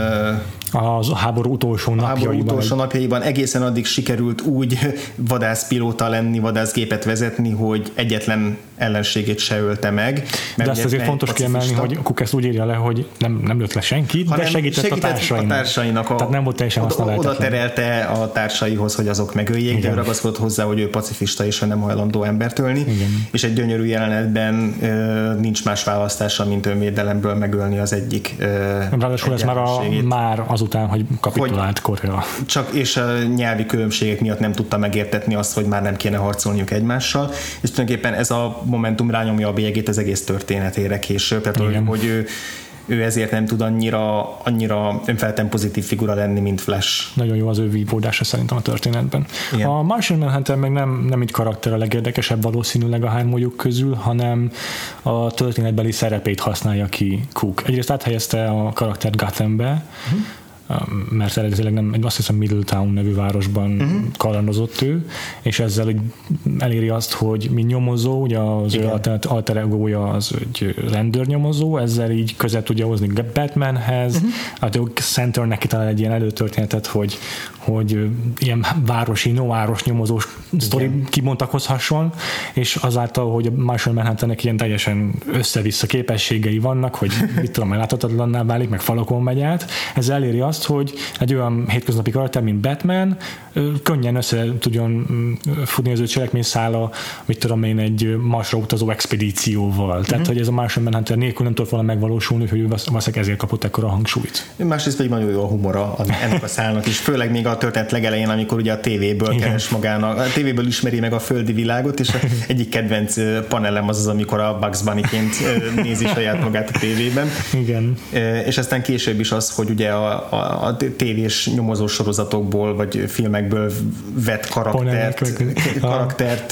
a háború utolsó napjaiban. A háború utolsó napjaiban egészen addig sikerült úgy vadászpilóta lenni, vadászgépet vezetni, hogy egyetlen ellenségét se ölte meg. De azt azért fontos kiemelni, hogy Cook ezt úgy írja le, hogy nem, nem lőtt le senkit, de segített, segített a társainak. A társainak a, Tehát nem volt teljesen használhatatlan. Oda terelte a társaihoz, hogy azok megöljék, igen. de ragaszkodott hozzá, hogy ő pacifista és nem hajlandó embert ölni. Igen. És egy gyönyörű jelenetben uh, nincs más választása, mint önvédelemből megölni az egyik uh, Ráadásul ez már, a, már azután, hogy kapitulált Korea. Csak és a nyelvi különbségek miatt nem tudta megértetni azt, hogy már nem kéne harcolniuk egymással, és tulajdonképpen ez a momentum rányomja a bélyegét az egész történetére később, tehát hogy, hogy ő, ő ezért nem tud annyira, annyira önfelten pozitív figura lenni, mint Flash. Nagyon jó az ő vívódása szerintem a történetben. Igen. A Martian Manhunter meg nem, nem így karakter a legérdekesebb valószínűleg a hármójuk közül, hanem a történetbeli szerepét használja ki Cook. Egyrészt áthelyezte a karaktert Gothambe, uh-huh. mert eredetileg nem, azt hiszem Middletown nevű városban uh-huh. kalandozott ő, és ezzel eléri azt, hogy mi nyomozó, ugye az igen. ő alter egója az egy rendőrnyomozó, ezzel így közel tudja hozni Batmanhez, uh-huh. hát ő Centernek kitalál egy ilyen előtörténetet, hogy, hogy ilyen városi, nováros nyomozós sztori kibontakozhasson, és azáltal, hogy a Martian Manhunternek ilyen teljesen össze-vissza képességei vannak, hogy mit tudom, láthatatlanná válik, meg falakon megy át, ez eléri azt, hogy egy olyan hétköznapi karakter, mint Batman, könnyen össze tudjon futni az ő cselekményszála, mit tudom én, egy Marsra utazó expedícióval. Tehát, uh-huh. hogy ez a Martian Manhunter nélkül nem tudott volna megvalósulni, hogy ő valószínűleg ezért kapott ekkora hangsúlyt. Másrészt pedig nagyon jó a humora ennek a szálnak is, főleg még a történet legelején, amikor ugye a tévéből igen. keres magának, a tévéből ismeri meg a földi világot, és egyik kedvenc panelem az az, amikor a Bugs Bunny-ként nézi saját magát a tévében. Igen. És aztán később is az, hogy ugye a, a, a tévés nyomozó sorozatokból, vagy filmekből vett karaktert, karaktert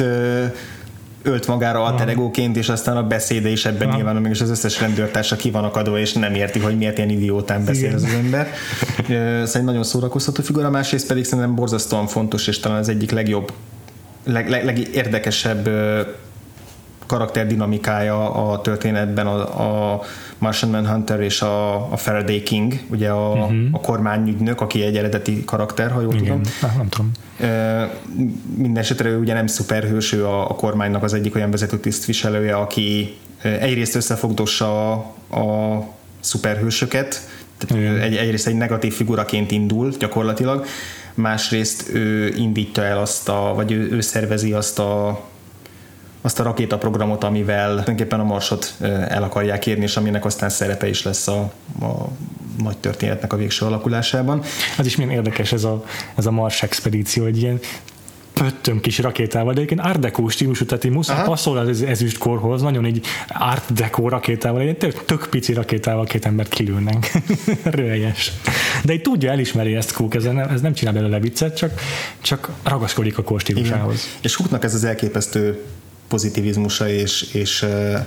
ölt magára alter egóként, és aztán a beszéde is ebben nyilván, és az összes rendőrtársa ki van akadva, és nem érti, hogy miért ilyen idiótán beszél az, az ember. Szóval nagyon szórakoztató figura, másrészt pedig szerintem borzasztóan fontos, és talán az egyik legjobb, leg, leg, legérdekesebb karakterdinamikája a történetben a, a Martian Manhunter és a, a Faraday King, ugye a, uh-huh. a kormányügynök, aki egy eredeti karakter, ha jól igen. tudom. Ah, nem tudom. Minden esetre ő ugye nem szuperhős, ő a, a kormánynak az egyik olyan vezető tisztviselője, aki egyrészt összefogdossa a, a szuperhősöket, tehát egy, egyrészt egy negatív figuraként indul gyakorlatilag, másrészt ő indítja el azt a, vagy ő, ő szervezi azt a azt a rakétaprogramot, amivel tulajdonképpen a Marsot el akarják érni, és aminek aztán szerepe is lesz a, a nagy történetnek a végső alakulásában. Az is milyen érdekes ez a, ez a Mars expedíció, egy ilyen pöttöm kis rakétával, de egyébként Art Deco stílusú, tehát így muszáj passzol az ezüstkorhoz, nagyon így Art Deco rakétával, egy tök, tök pici rakétával két embert kilőnek. Rölyes. De így tudja, elismeri ezt Cook, ez nem, ez nem csinál belőle viccet, csak, csak ragaszkodik a kor stílusához. És Cooknak ez az elképesztő pozitivizmusa és, és,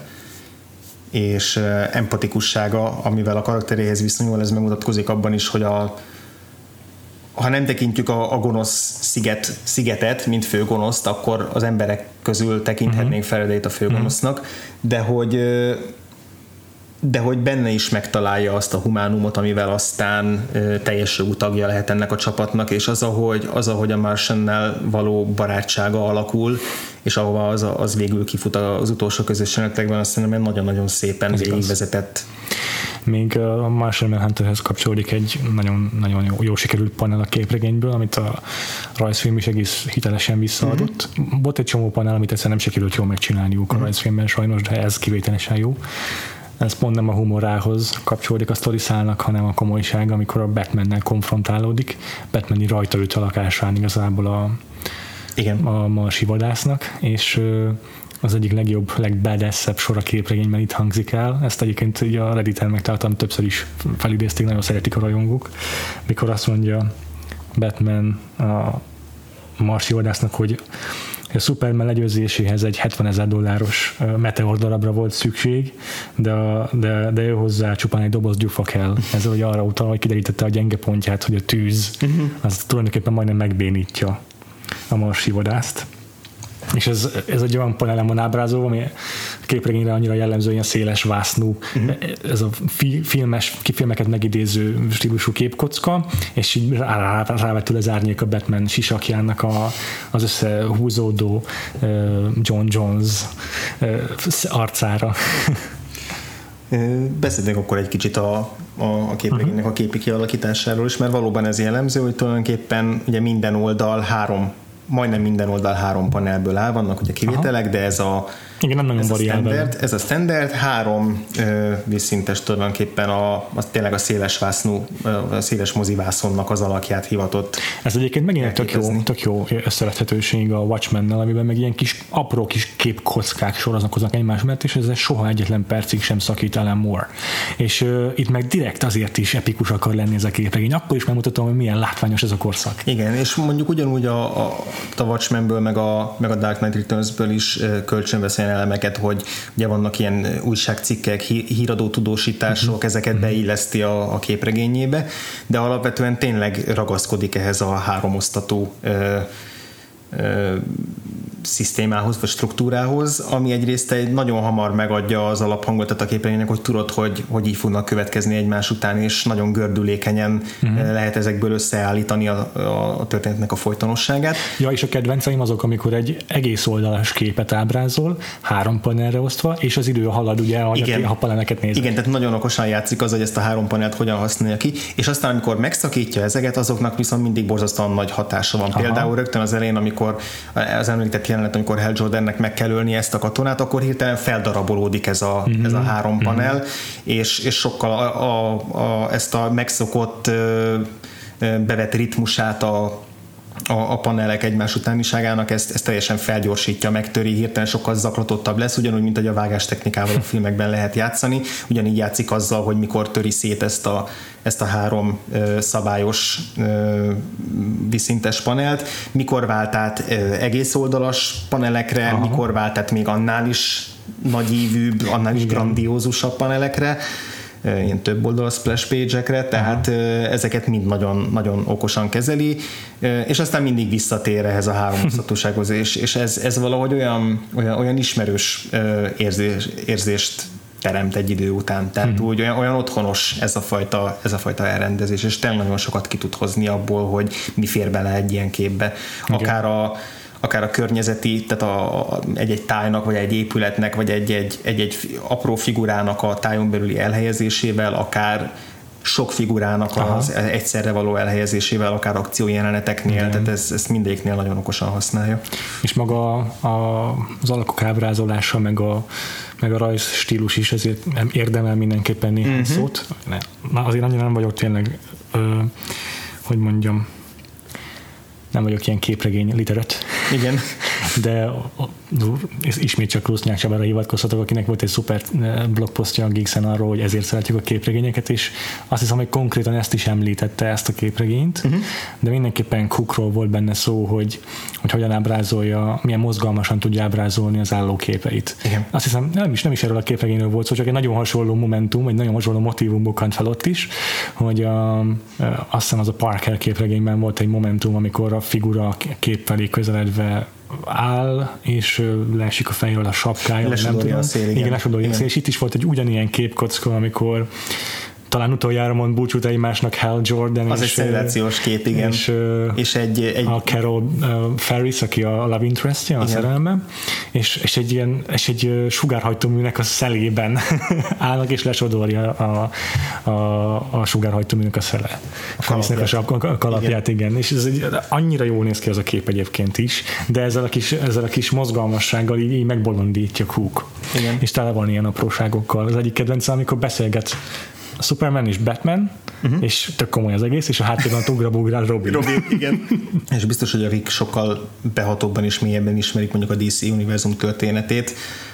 és empatikussága, amivel a karakteréhez viszonyul, ez megmutatkozik abban is, hogy a, ha nem tekintjük a, a gonosz sziget, szigetet, mint főgonoszt, akkor az emberek közül tekinthetnénk Faradayt a főgonosznak, de hogy de hogy benne is megtalálja azt a humánumot, amivel aztán teljes jogú tagja lehet ennek a csapatnak, és az, ahogy, az, ahogy a Martiannel való barátsága alakul, és ahova az, az végül kifut az utolsó közös jelenetekben, azt szerintem nagyon-nagyon szépen végigvezetett. Még a Martian Manhunterhez kapcsolódik egy nagyon, nagyon jó, jó sikerült panel a képregényből, amit a rajzfilm is egész hitelesen visszaadott. Uh-huh. Volt egy csomó panel, amit egyszerűen nem sikerült jól megcsinálniuk uh-huh. a rajzfilmben sajnos, de ez kivételesen jó. Ez pont nem a humorához kapcsolódik a sztoriszálnak, hanem a komolyság, amikor a Batmannel konfrontálódik. Batman rajta ült a lakásán igazából a, igen. a marsi vadásznak, és az egyik legjobb, legbadassebb sor a képregényben itt hangzik el. Ezt egyébként így a Redditen megtaláltam, többször is felidézték, nagyon szeretik a rajongók, mikor azt mondja Batman a marsi vadásznak, hogy a Superman legyőzéséhez egy hetvenezer dolláros meteor darabra volt szükség, de, de, de ő hozzá csupán egy doboz gyufa kell. Ez hogy arra utal, hogy kiderítette a gyenge pontját, hogy a tűz az tulajdonképpen majdnem megbénítja a marsi vadászt. És ez, ez egy olyan panelen van ábrázolva, ami a képregényre annyira jellemző, ilyen széles vásznú, uh-huh. ez a fi, filmes, filmeket megidéző stílusú képkocka, és így rá, rávetül az árnyék a Batman sisakjának a, az összehúzódó uh, John Jones uh, arcára. Beszéljünk akkor egy kicsit a, a, a képregénynek a képi kialakításáról is, mert valóban ez jellemző, hogy tulajdonképpen ugye minden oldal három majdnem minden oldal három panelből áll, vannak ugye kivételek, aha. de ez a igen, nem nagyon ez, a standard, ez a standard, három ö, vízszintes tulajdonképpen a, a, tényleg a széles vásznú, a széles mozivászonnak az alakját hivatott. Ez egyébként megint egy tök jó, tök jó összevethetőség a Watchmen-nel, amiben meg ilyen kis, apró kis képkockák soroznak egymás mellett, és ez soha egyetlen percig sem szakít Alan Moore. És uh, itt meg direkt azért is epikus akar lenni ez a képregény. Akkor is megmutatom, hogy milyen látványos ez a korszak. Igen, és mondjuk ugyanúgy a, a, a Watchmenből, meg a, meg a Dark Knight Returnsből is uh, kölcsönvesz elemeket, hogy ugye vannak ilyen újságcikkek, híradó tudósítások, uh-huh. ezeket uh-huh. beilleszti a, a képregényébe, de alapvetően tényleg ragaszkodik ehhez a háromosztatú ö, ö, szisztémához, vagy struktúrához, ami egyrészt egy nagyon hamar megadja az alaphangot a képregénynek, hogy tudod, hogy, hogy így fognak következni egymás után, és nagyon gördülékenyen uh-huh. lehet ezekből összeállítani a, a, a történetnek a folytonosságát. Ja, és a kedvenceim azok, amikor egy egész oldalas képet ábrázol, három panelre osztva, és az idő halad, ugye, ahogy a paneleket nézed. Igen, tehát nagyon okosan játszik az, hogy ezt a három panelt hogyan használja ki, és aztán, amikor megszakítja ezeket, azoknak viszont mindig borzasztóan nagy hatása van. Aha. Például rögtön az elején, amikor az említett jelenet, amikor Hal Jordannek meg kell ölni ezt a katonát, akkor hirtelen feldarabolódik ez a, mm-hmm. ez a három panel, mm-hmm. és, és sokkal a, a, a, ezt a megszokott ö, bevett ritmusát a, a, a panelek egymás utániságának, ezt, ezt teljesen felgyorsítja, megtöri, hirtelen sokkal zaklatottabb lesz, ugyanúgy, mint hogy a vágás technikával a filmekben lehet játszani, ugyanígy játszik azzal, hogy mikor töri szét ezt a ezt a három ö, szabályos ö, vízszintes panelt, mikor vált át ö, egész oldalas panelekre, aha. mikor vált át még annál is nagyívűbb, annál is igen. grandiózusabb panelekre, ö, ilyen több oldalas splash page-ekre, tehát ö, ezeket mind nagyon, nagyon okosan kezeli, ö, és aztán mindig visszatér ehhez a háromosztatósághoz, és, és ez, ez valahogy olyan, olyan, olyan ismerős ö, érzés, érzést teremt egy idő után, tehát hmm. úgy olyan, olyan otthonos ez a fajta, ez a fajta elrendezés, és tényleg nagyon sokat ki tud hozni abból, hogy mi fér bele egy ilyen képbe. Akár a, akár a környezeti, tehát a, a, egy-egy tájnak, vagy egy épületnek, vagy egy-egy, egy-egy apró figurának a tájon belüli elhelyezésével, akár sok figurának aha. az egyszerre való elhelyezésével, akár akciójeleneteknél, igen. tehát ez, ezt mindegyiknél nagyon okosan használja. És maga a, az alakok ábrázolása, meg a, meg a rajz stílus is ezért érdemel mindenképpen néhány uh-huh. szót. Na, azért annyira nem vagyok tényleg, ö, hogy mondjam, nem vagyok ilyen képregény literate. Igen. De ismét csak Rusznyák Csabára hivatkozhatok, akinek volt egy szuper blogposztja a Geeks-en arról, hogy ezért szeretjük a képregényeket, és azt hiszem, hogy konkrétan ezt is említette, ezt a képregényt, uh-huh. de mindenképpen Cookról volt benne szó, hogy, hogy hogyan ábrázolja, milyen mozgalmasan tudja ábrázolni az állóképeit. Igen. Azt hiszem, nem is, nem is erről a képregényről volt szó, csak egy nagyon hasonló momentum, egy nagyon hasonló motívum bukkant fel ott is, hogy a, azt hiszem az a Parker képregényben volt egy momentum, amikor a figura kép felé közeledve áll, és leesik a fejről a sapkája. Lesodorja a szél, igen. Igen, lesodorja a szél, és itt is volt egy ugyanilyen képkocka, amikor talán utoljára mond búcsút egymásnak Hal Jordan. Az és, egy szenzációs kép, igen. És, és egy, egy... a Carol uh, Ferris, aki a love interestje, a szerelme, és, és egy ilyen, és egy sugárhajtóműnek a szelében állnak, és lesodorja a, a, a sugárhajtóműnek a szele. A kalapját. A, a kalapját, igen. igen. És ez egy, annyira jól néz ki az a kép egyébként is, de ezzel a kis, ezzel a kis mozgalmassággal így, így megbolondítja Cook. Igen. És tele van ilyen apróságokkal. Az egyik kedvenc, amikor beszélget a Superman és Batman, uh-huh. és tök komoly az egész, és a háttérben a ugrabugrál Robin. Robin, igen. És biztos, hogy akik sokkal behatóbban és mélyebben ismerik mondjuk a dé cé univerzum történetét,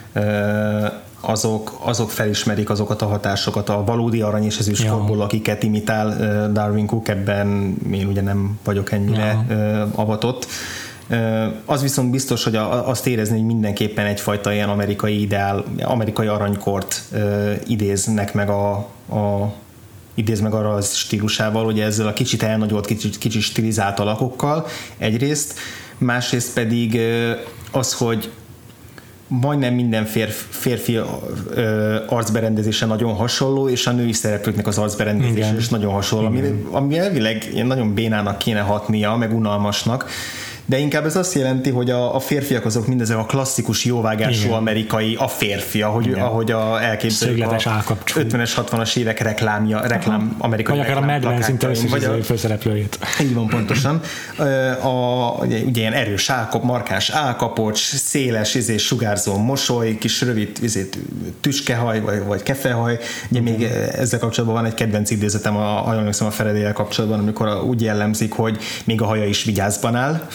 azok, azok felismerik azokat a hatásokat, a valódi arany és ezüstkorból, ja. akiket imitál Darwin Cook, ebben én ugye nem vagyok ennyire ja. avatott. Az viszont biztos, hogy azt érezni, hogy mindenképpen egyfajta ilyen amerikai ideál, amerikai aranykort idéznek meg a, a idéz meg arra az stílusával, hogy ezzel a kicsit elnagyolt, kicsit, kicsit stilizált alakokkal egyrészt, másrészt pedig az, hogy majdnem minden férfi, férfi ö, arcberendezése nagyon hasonló, és a női szereplőknek az arcberendezése is nagyon hasonló, ami, ami elvileg nagyon bénának kéne hatnia, meg unalmasnak, de inkább ez azt jelenti, hogy a, a férfiak azok mindezek a klasszikus jóvágású igen. amerikai, a férfi, ahogy, ahogy a elképzeljük a ötvenes, hatvanas évek reklámja, reklám, amerikai vagy reklám akár a Mad Men szinte összes főszereplőjét. Így van, pontosan. A, ugye, ugye ilyen erős álkap, markáns álkapocs, széles, izé, sugárzó mosoly, kis rövid izé, tüskehaj, vagy, vagy kefehaj. Ugye még ezzel kapcsolatban van egy kedvenc idézetem, a, a, a Feredélyel kapcsolatban, amikor úgy jellemzik, hogy még a haja is vigyázban áll.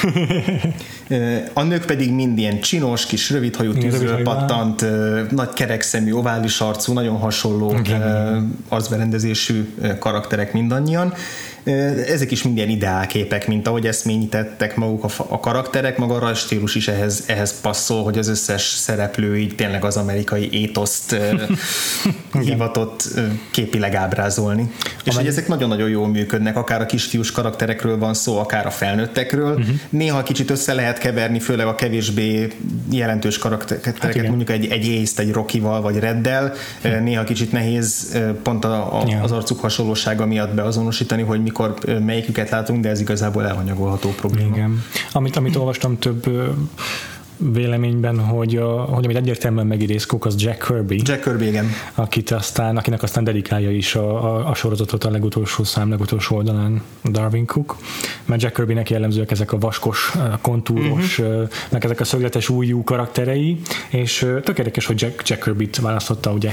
A nők pedig mind ilyen csinos, kis rövidhajú tűzről pattant, nagy kerekszemű, ovális arcú, nagyon hasonló okay. arcberendezésű karakterek mindannyian. Ezek is minden ideálképek, mint ahogy eszményítettek maguk a, a karakterek, maga a rajzstílus is ehhez, ehhez passzol, hogy az összes szereplő így tényleg az amerikai étoszt hivatott képileg ábrázolni. És hogy ezek nagyon-nagyon jól működnek, akár a kisfiús karakterekről van szó, akár a felnőttekről. Uh-huh. Néha kicsit össze lehet keverni, főleg a kevésbé jelentős karaktereket, hát mondjuk egy, egy Ace-t, egy Rockyval vagy Reddel. Uh-huh. Néha kicsit nehéz pont a, a, yeah. az arcuk hasonlósága miatt beazonosítani, hogy mikor melyiküket látunk, de ez igazából elhanyagolható probléma. Igen. Amit, amit olvastam több véleményben, hogy, a, hogy amit egyértelműen megidéz Cook, az Jack Kirby. Jack Kirby, igen. Akit aztán, akinek aztán dedikálja is a, a, a sorozatot a legutolsó szám, legutolsó oldalán Darwin Cook. Mert Jack Kirbynek jellemzőek ezek a vaskos, kontúros, uh-huh. meg ezek a szögletes újjú karakterei, és tök érdekes, hogy Jack, Jack Kirbyt választotta, ugye,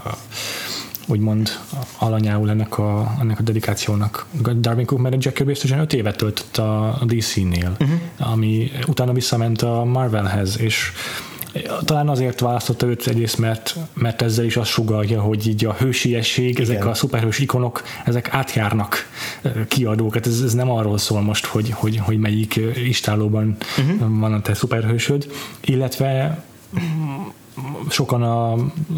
úgymond alanyául ennek a, ennek a dedikációnak Darwin Cook, mert Jack Kirby biztosan öt évet töltött a, a dé cé-nél, uh-huh. ami utána visszament a Marvelhez, és talán azért választotta őt egyrészt, mert, mert ezzel is azt sugallja, hogy így a hősiesség, igen. ezek a szuperhős ikonok, ezek átjárnak kiadókat. Ez, ez nem arról szól most, hogy, hogy, hogy melyik istállóban uh-huh. van a te szuperhősöd, illetve sokan a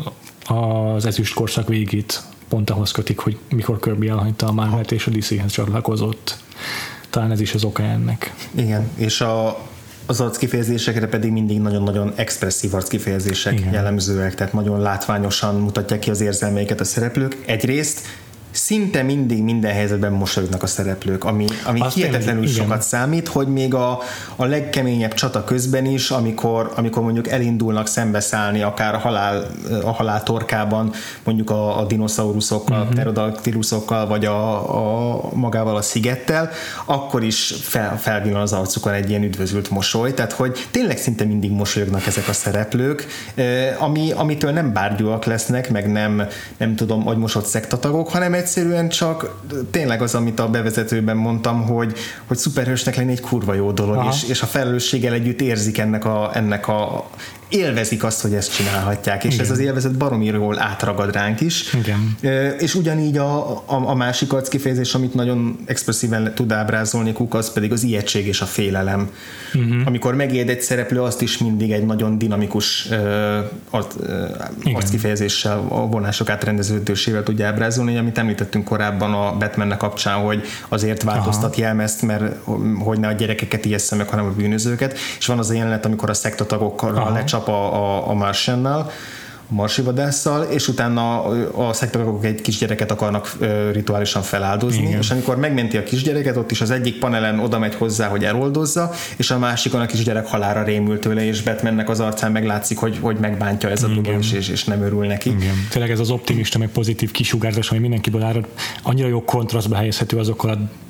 az ezüst korszak végét pont ahhoz kötik, hogy mikor Kirby elhagyta a Marvelt és a dé cé-hez csatlakozott. Talán ez is az oka ennek. Igen, és a, az arckifejezésekre pedig mindig nagyon-nagyon expresszív arckifejezések igen. jellemzőek, tehát nagyon látványosan mutatják ki az érzelmeiket a szereplők. Egyrészt szinte mindig minden helyzetben mosolyognak a szereplők, ami, ami hihetetlenül sokat igen. számít, hogy még a, a legkeményebb csata közben is, amikor, amikor mondjuk elindulnak szembeszállni akár a halál, a halál torkában, mondjuk a, a dinoszauruszokkal, uh-huh. pterodaktilusokkal, vagy a, a magával a szigettel, akkor is fel, felvillan az arcukon egy ilyen üdvözült mosoly, tehát hogy tényleg szinte mindig mosolyognak ezek a szereplők, ami, amitől nem bárgyúak lesznek, meg nem, nem tudom, agymosott szektatagok, hanem egyszerűen csak tényleg az, amit a bevezetőben mondtam, hogy, hogy szuperhősnek lenni egy kurva jó dolog, és, és a felelősséggel együtt érzik ennek a, ennek a élvezik azt, hogy ezt csinálhatják, és igen. ez az élvezet baromiról átragad ránk is. Igen. És ugyanígy a, a, a másik arckifejezés, amit nagyon expresszíven tud ábrázolni Cook, az pedig az ijegység és a félelem. Uh-huh. Amikor megéld egy szereplő, azt is mindig egy nagyon dinamikus uh, arckifejezéssel, a vonások átrendeződésével tudja ábrázolni, amit említettünk korábban a Batmannek kapcsán, hogy azért változtat Aha. jelmezt, mert hogy ne a gyerekeket ijessze meg, hanem a bűnözőket, és van az a jelenet, amikor a szektatagokkal lecsap a, a, a Martiannal, a marsivadásszal, és utána a, a szektagok egy kisgyereket akarnak uh, rituálisan feláldozni, igen. és amikor megmenti a kisgyereket, ott is az egyik panelen oda megy hozzá, hogy eloldozza, és a másikon a kisgyerek halálra rémül tőle, és Batmannek az arcán meglátszik, hogy, hogy megbántja ez a dolog, és, és nem örül neki. Igen. Tényleg ez az optimista, meg pozitív kisugárzás, ami mindenkiből árad, annyira jó kontrasztba helyezhető azokkal a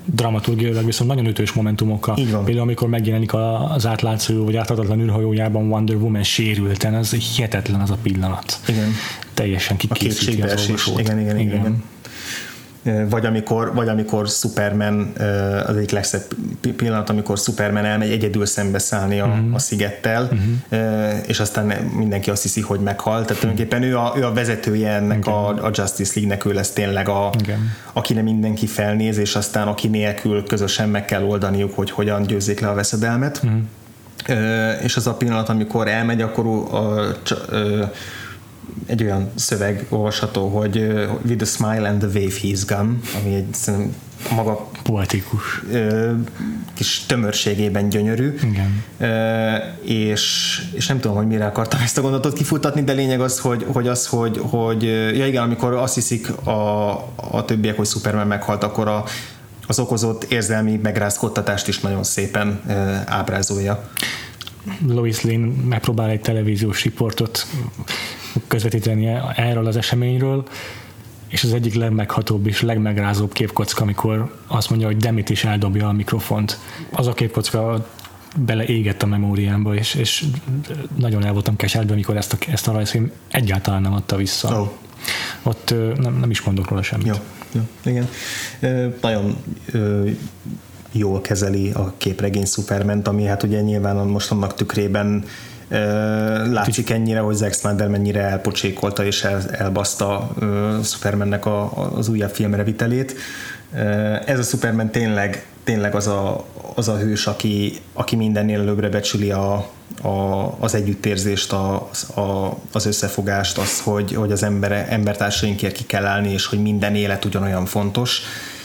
dramaturgiailag viszont nagyon ütős momentumokkal. Például amikor megjelenik az átlátszó vagy áthatatlan űrhajójában Wonder Woman sérülten, az hihetetlen az a pillanat. Igen. Teljesen kikészíti az olvasót. Igen, igen, igen. igen. Vagy amikor, vagy amikor Superman, az egyik legszebb pillanat, amikor Superman elmegy egyedül szembeszállni a, uh-huh. a szigettel, uh-huh. és aztán mindenki azt hiszi, hogy meghalt. Tehát tulajdonképpen ő a, ő a vezetője ennek a, a Justice League-nek, ő lesz tényleg a, akire mindenki felnéz, és aztán aki nélkül közösen meg kell oldaniuk, hogy hogyan győzzék le a veszedelmet. Uh-huh. És az a pillanat, amikor elmegy, akkor a, a, a egy olyan szöveg olvasható, hogy uh, with a smile and the wave he's gone, ami egy maga poetikus uh, kis tömörségében gyönyörű. Igen. Uh, és, és nem tudom, hogy mire akartam ezt a gondolatot kifutatni, de lényeg az, hogy, hogy az, hogy, hogy ja igen, amikor azt hiszik a, a többiek, hogy Superman meghalt, akkor a, az okozott érzelmi megrázkodtatást is nagyon szépen uh, ábrázolja. Lois Lane megpróbál egy televíziós riportot közvetíteni erről az eseményről, és az egyik legmeghatóbb és legmegrázóbb képkocka, amikor azt mondja, hogy Demit is eldobja a mikrofont. Az a képkocka beleégett a memóriámba, és, és nagyon el voltam keserben, amikor ezt a, ezt a rajzfilm egyáltalán nem adta vissza. Oh. Ott nem, nem is mondok róla semmit. Jó, jó, igen. E, nagyon e, jól kezeli a képregény Superment, ami hát ugye nyilván most annak tükrében látszik ennyire, hogy Zack Snyder mennyire elpocsékolta és el, elbaszta uh, Supermannek a, az újabb filmre vitelét. Uh, ez a Superman tényleg, tényleg az, a, az a hős, aki, aki mindennél előbbre becsüli a, a, az együttérzést, a, a, az összefogást, az, hogy, hogy az embere, embertársainkért ki kell állni, és hogy minden élet ugyanolyan fontos,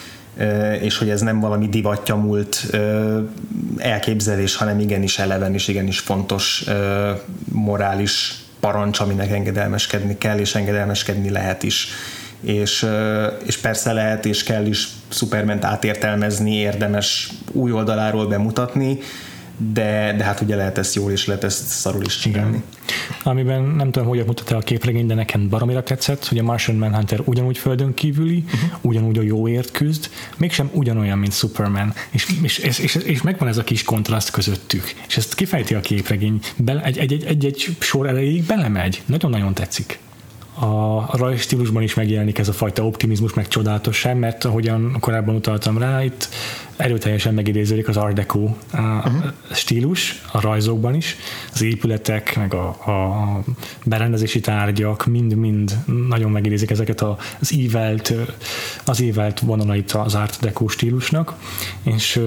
és hogy ez nem valami divatja múlt elképzelés, hanem igenis eleven és igenis fontos morális parancs, aminek engedelmeskedni kell, és engedelmeskedni lehet is. És, és persze lehet és kell is Superment átértelmezni, érdemes új oldaláról bemutatni, de, de hát ugye lehet ezt jól és lehet ezt szarul is csinálni. Igen. Amiben nem tudom, hogyan mutatta a képregény, de nekem baromira tetszett, hogy a Martian Manhunter ugyanúgy földön kívüli, uh-huh. ugyanúgy a jóért küzd, mégsem ugyanolyan, mint Superman. És, és, és, és, és megvan ez a kis kontraszt közöttük. És ezt kifejti a képregény. Egy-egy sor erejéig belemegy. Nagyon-nagyon tetszik. A rajzstílusban is megjelenik ez a fajta optimizmus, meg csodálatosság, mert ahogyan korábban utaltam rá, itt erőteljesen megidéződik az Art Deco uh-huh. stílus a rajzokban is, az épületek, meg a, a berendezési tárgyak mind-mind nagyon megidézik ezeket az ívelt, az ívelt vonalait az Art Deco stílusnak, és,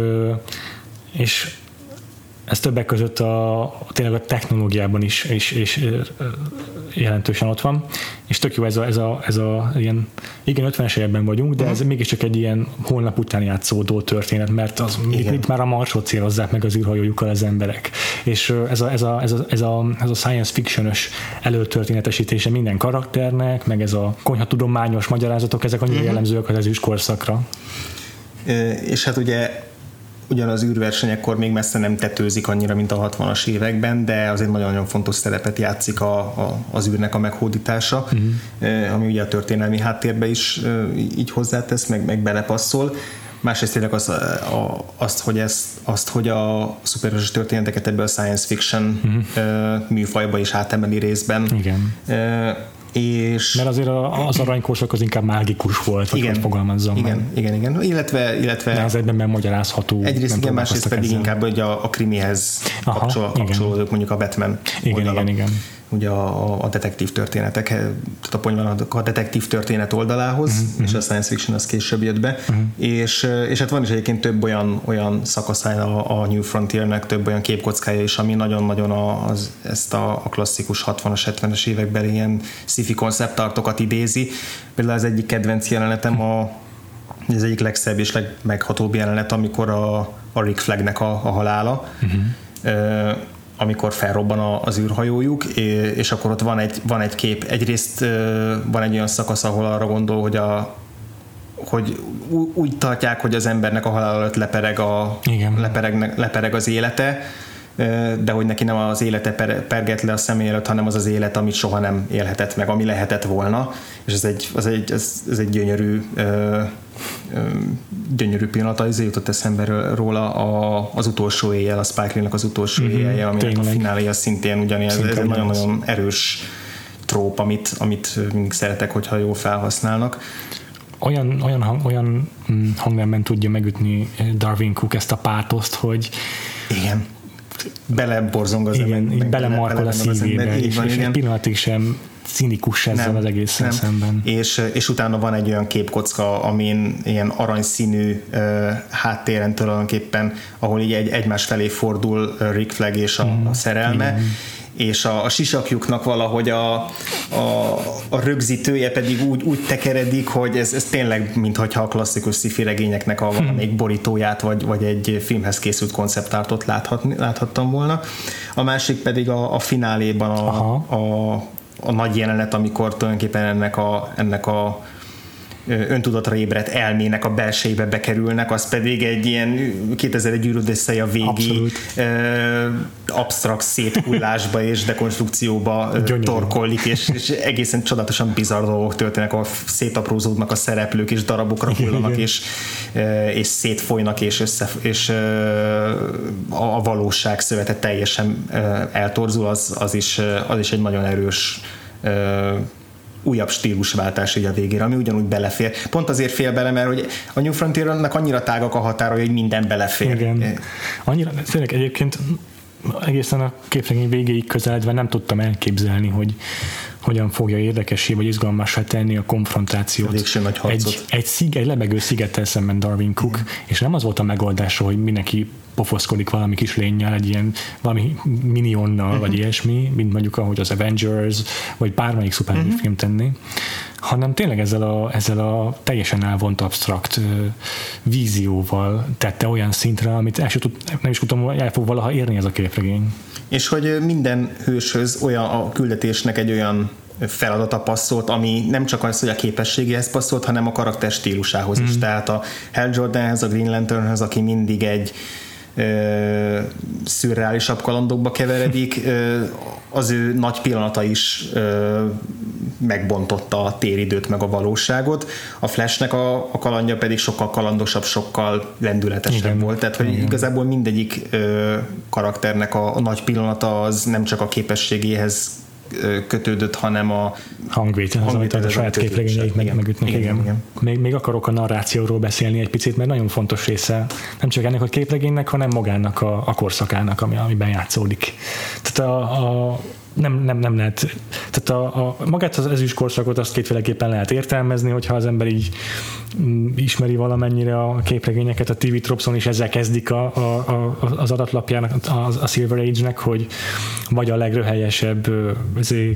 és ez többek között a, tényleg a technológiában is és, és jelentősen ott van, és tök jó ez a, ez a, ez a ilyen, igen, ötvenes években vagyunk, de ez mégiscsak egy ilyen holnap után játszódó történet, mert az, itt, itt már a Marsot célozzák meg az űrhajójukkal az emberek, és ez a, ez a, ez a, ez a, ez a science fiction-ös előtörténetesítése minden karakternek, meg ez a konyhatudományos magyarázatok, ezek annyira jellemzőek az ezüstkorszakra. És hát ugye ugyan az űrversenyekkor még messze nem tetőzik annyira, mint a hatvanas években, de azért nagyon-nagyon fontos szerepet játszik a, a, az űrnek a meghódítása, uh-huh. ami ugye a történelmi háttérbe is így hozzátesz, meg, meg belepasszol. Másrészt tényleg az, a, azt, hogy ezt, azt, hogy a szuperhős történeteket ebből a science fiction uh-huh. műfajba is átemeli részben. Igen. És mert azért az aranykorszak az inkább mágikus volt, igen, hogy fogalmazzam igen, meg. Igen, igen, illetve, illetve de az egyben megmagyarázható. Egyrészt igen, másrészt pedig ezzel. Inkább hogy a, a krimihez Aha, kapcsol, kapcsolódók, mondjuk a Batman igen, oldala. Igen, igen. Ugye a, a detektív történetek, tehát a ponyvanak a detektív történet oldalához, uh-huh, és a science fiction az később jött be, uh-huh. és, és hát van is egyébként több olyan, olyan szakaszája a, a New Frontiernek, több olyan képkockája is, ami nagyon-nagyon az, ezt a, a klasszikus hatvanas, hetvenes években ilyen sci-fi konceptartokat idézi. Például az egyik kedvenc jelenetem a az egyik legszebb és legmeghatóbb jelenet, amikor a, a Rick Flagnek a, a halála, uh-huh. uh, amikor felrobban az űrhajójuk, és akkor ott van egy, van egy kép. Egyrészt van egy olyan szakasz, ahol arra gondol, hogy, a, hogy úgy tartják, hogy az embernek a halál előtt lepereg, a, lepereg, lepereg az élete, de hogy neki nem az élete per, perget le a személy előtt, hanem az az élet, amit soha nem élhetett meg, ami lehetett volna, és ez egy, az egy, ez, ez egy gyönyörű ö, ö, gyönyörű pillanata, ez jutott eszembe róla a, az utolsó éjjel, a Spike Lee-nek az utolsó mm-hmm, éjjel, aminek a fináléja szintén ugyanilyen, ez, ez egy nagyon-nagyon erős tróp, amit, amit mindig szeretek, hogyha jól felhasználnak. Olyan, olyan, hang, olyan hangnemben tudja megütni Darwin Cook ezt a pátoszt, hogy igen, beleborzong az igen, ember, belemarkol a szívébe, és, van, és egy pillanatig sem cinikus ezzel nem, az egészen szemben. És, és utána van egy olyan képkocka, amin ilyen aranyszínű uh, háttéren tulajdonképpen, ahol így egy, egymás felé fordul Rick Flag és a, mm, a szerelme, igen. És a, a sisakjuknak valahogy a, a, a rögzítője pedig úgy, úgy tekeredik, hogy ez, ez tényleg mintha a klasszikus sci-fi regényeknek a valamelyik borítóját, vagy, vagy egy filmhez készült konceptártot láthatni, láthattam volna. A másik pedig a, a fináléban a, a, a nagy jelenet, amikor tulajdonképpen ennek a, ennek a öntudatra ébredt elmének a belsejébe bekerülnek, az pedig egy ilyen kétezer-egy űrodüsszeja végi absztrakt széthullásba és dekonstrukcióba torkollik, és, és egészen csodálatosan bizarr dolgok történnek, ahol szétaprózódnak a szereplők, és darabokra hullanak, és, és szétfolynak, és, össze, és a valóság szövete teljesen eltorzul, az, az, is, az is egy nagyon erős újabb stílusváltás így a végére, ami ugyanúgy belefér. Pont azért fél bele, mert hogy a New Frontiernek annyira tágak a határai, hogy minden belefér. Igen. Annyira, tényleg egyébként egészen a képregény végéig közeledve nem tudtam elképzelni, hogy hogyan fogja érdekessé vagy izgalmassá tenni a konfrontációt. Egy, egy, szig, egy lebegő szigettel szemben Darwin Cook, mm. és nem az volt a megoldása, hogy mindenki pofoszkodik valami kis lénnyel, egy ilyen valami minionnal, mm-hmm. vagy ilyesmi, mint mondjuk ahogy az Avengers, vagy bármelyik szuperhős mm-hmm. film tenni, hanem tényleg ezzel a, ezzel a teljesen elvont absztrakt uh, vízióval tette olyan szintre, amit el sem tud, nem is tudom, hogy el fog valaha érni ez a képregény. És hogy minden hőshöz olyan a küldetésnek egy olyan feladata passzolt, ami nem csak az, hogy a képességéhez passzolt, hanem a karakter stílusához mm. is. Tehát a Hal Jordanhez, a Green Lanternhez, aki mindig egy ö, szürreálisabb kalandokba keveredik, ö, az ő nagy pillanata is ö, megbontotta a téridőt meg a valóságot. A Flashnek a, a kalandja pedig sokkal kalandosabb, sokkal lendületesebb igen. volt. Tehát, hogy igen. igazából mindegyik ö, karakternek a, a nagy pillanata az nem csak a képességéhez kötődött, hanem a hangvétel, az, amit a saját képregényeit meg, megütnek. Igen, igen. Igen. Még, még akarok a narrációról beszélni egy picit, mert nagyon fontos része nem csak ennek a képregénynek, hanem magának a, a korszakának, ami, amiben játszódik. Tehát a, a nem, nem, nem lehet, tehát a, a, magát az ezüst korszakot azt kétféleképpen lehet értelmezni, hogyha az ember így m, ismeri valamennyire a képregényeket, a té vé Tropson is ezzel kezdik a, a, a, az adatlapjának, a, a Silver Age-nek, hogy vagy a legröhelyesebb azért,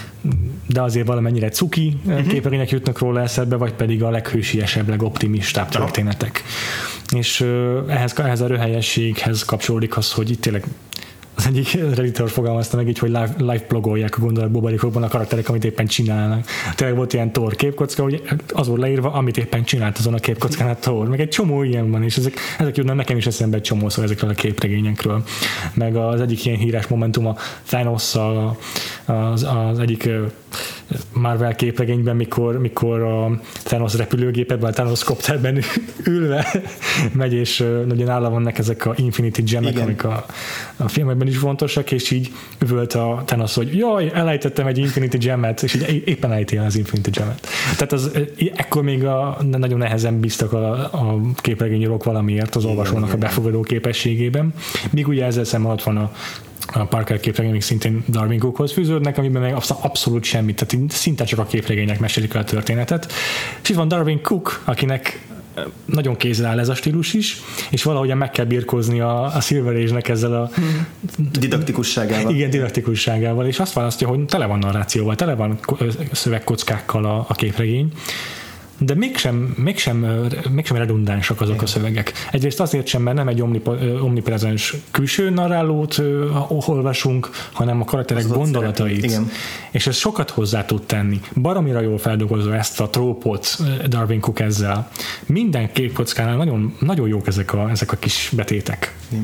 de azért valamennyire cuki uh-huh. képregények jutnak róla eszedbe, vagy pedig a leghősiesebb, legoptimistább történetek. És ehhez, ehhez a röhelyességhez kapcsolódik az, hogy itt tényleg az egyik redditor fogalmazta meg így, hogy live, live blogolják a gondolatbuborékokban a karakterek, amit éppen csinálnak. Tényleg volt ilyen Thor képkocka, hogy az volt leírva, amit éppen csinált azon a képkockán a Thor. Meg egy csomó ilyen van, és ezek, ezek jutnak nekem is eszembe egy csomószor ezekről a képregényekről. Meg az egyik ilyen híres momentum a Thanos-szal, az, az egyik Marvel képregényben, mikor, mikor a Thanos repülőgépedben, a Thanos kopterben ülve megy, és nagyon nála vannak ezek a Infinity Gemek, igen. amik a, a filmekben is fontosak, és így üvölt a Thanos, hogy jaj, elejtettem egy Infinity Gemet, és így éppen elejtél az Infinity Gemet. Tehát az, ekkor még a, nagyon nehezen bíztak a, a képregényírók valamiért az olvasónak a befogadó képességében. Míg ugye ezzel szem alatt van a a Parker képregények szintén Darwin Cookhoz fűződnek, amiben meg abszolút semmit, tehát szinte csak a képregények mesélik el a történetet. És itt van Darwin Cook, akinek nagyon kézzel áll ez a stílus is, és valahogyan meg kell birkózni a, a Silver Age-nek ezzel a didaktikusságával. Igen, didaktikusságával, és azt választja, hogy tele van narrációval, tele van szövegkockákkal a, a képregény, de mégsem, mégsem, mégsem redundánsak azok igen. a szövegek. Egyrészt azért sem, mert nem egy omniprezens külső narrálót olvasunk, hanem a karakterek az gondolatait. Igen. És ez sokat hozzá tud tenni. Baromira jól feldolgozza ezt a trópot Darwin Cook ezzel. Minden képkockánál nagyon, nagyon jók ezek a, ezek a kis betétek. Igen.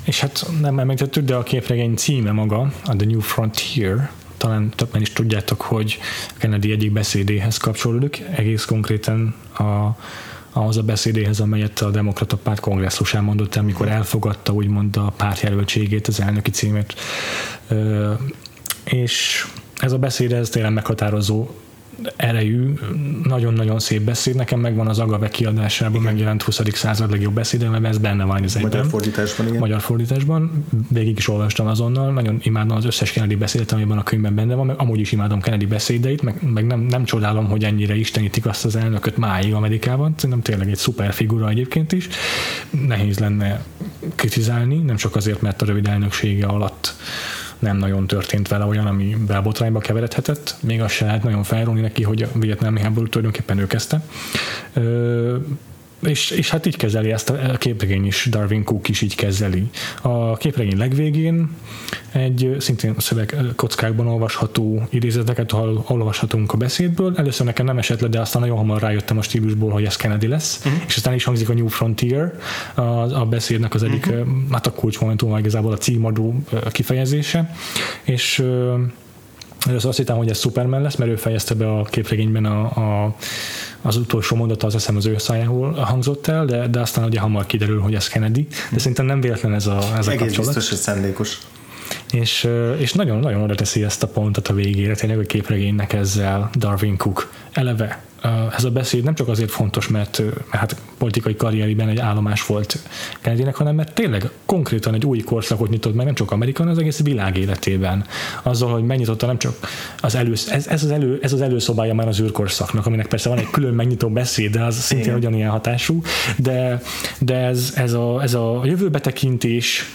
és hát nem említettük, de a képregény címe maga, a The New Frontier, talán többen is tudjátok, hogy Kennedy egyik beszédéhez kapcsolódik, egész konkrétan a, ahhoz a beszédéhez, amelyet a Demokrata Párt kongresszusán mondott el, amikor elfogadta úgymond a pártjelöltségét, az elnöki címét. Ö, és ez a beszéd, ez tényleg meghatározó erejű, nagyon-nagyon szép beszéd. Nekem megvan az Agave kiadásában, igen, megjelent huszadik század legjobb beszéde, mert ez benne van az egyben. Magyar fordításban, igen. Magyar fordításban. Végig is olvastam azonnal. Nagyon imádom az összes Kennedy beszédet, amiben a könyvben benne van, meg amúgy is imádom Kennedy beszédeit, meg, meg nem, nem csodálom, hogy ennyire istenítik azt az elnököt máig Amerikában. Szerintem tényleg egy szuper figura egyébként is. Nehéz lenne kritizálni, nem csak azért, mert a rövid elnöksége alatt nem nagyon történt vele olyan, ami belbotrányba keveredhetett. Még azt se lehet nagyon felróni neki, hogy a vietnámi háborút tulajdonképpen ő kezdte. Ö, és, és hát így kezeli ezt a képregény is, Darwin Cook is így kezeli. A képregény legvégén egy szintén szövegkockákban olvasható idézeteket olvashatunk a beszédből. Először nekem nem esett le, de aztán nagyon hamar rájöttem a stílusból, hogy ez Kennedy lesz, uh-huh. és aztán is hangzik a New Frontier, a, a beszédnek az egyik, uh-huh. hát a kulcsmomentum, igazából a címadó kifejezése, és először azt hittem, hogy ez Superman lesz, mert ő fejezte be a képregényben a, a az utolsó mondata, az eszem az ő szájából hangzott el, de, de aztán ugye hamar kiderül, hogy ez Kennedy. De szerintem nem véletlen ez a, ez a egész kapcsolat. Egész biztos, hogy szándékos. És, és nagyon-nagyon oda teszi ezt a pontot a végére, tényleg a képregénynek ezzel Darwin Cook. Eleve ez a beszéd nem csak azért fontos, mert, mert hát politikai karrierében egy állomás volt Kennedynek, hanem mert tényleg konkrétan egy új korszakot nyitott meg, nem csak Amerikán, az egész világ életében. Azzal, hogy megnyitotta nem csak az elősz, ez, ez, az elő, ez az előszobája már az űrkorszaknak, aminek persze van egy külön megnyitó beszéd, de az szintén igen. ugyanilyen hatású, de, de ez, ez, a, ez a jövőbe tekintés,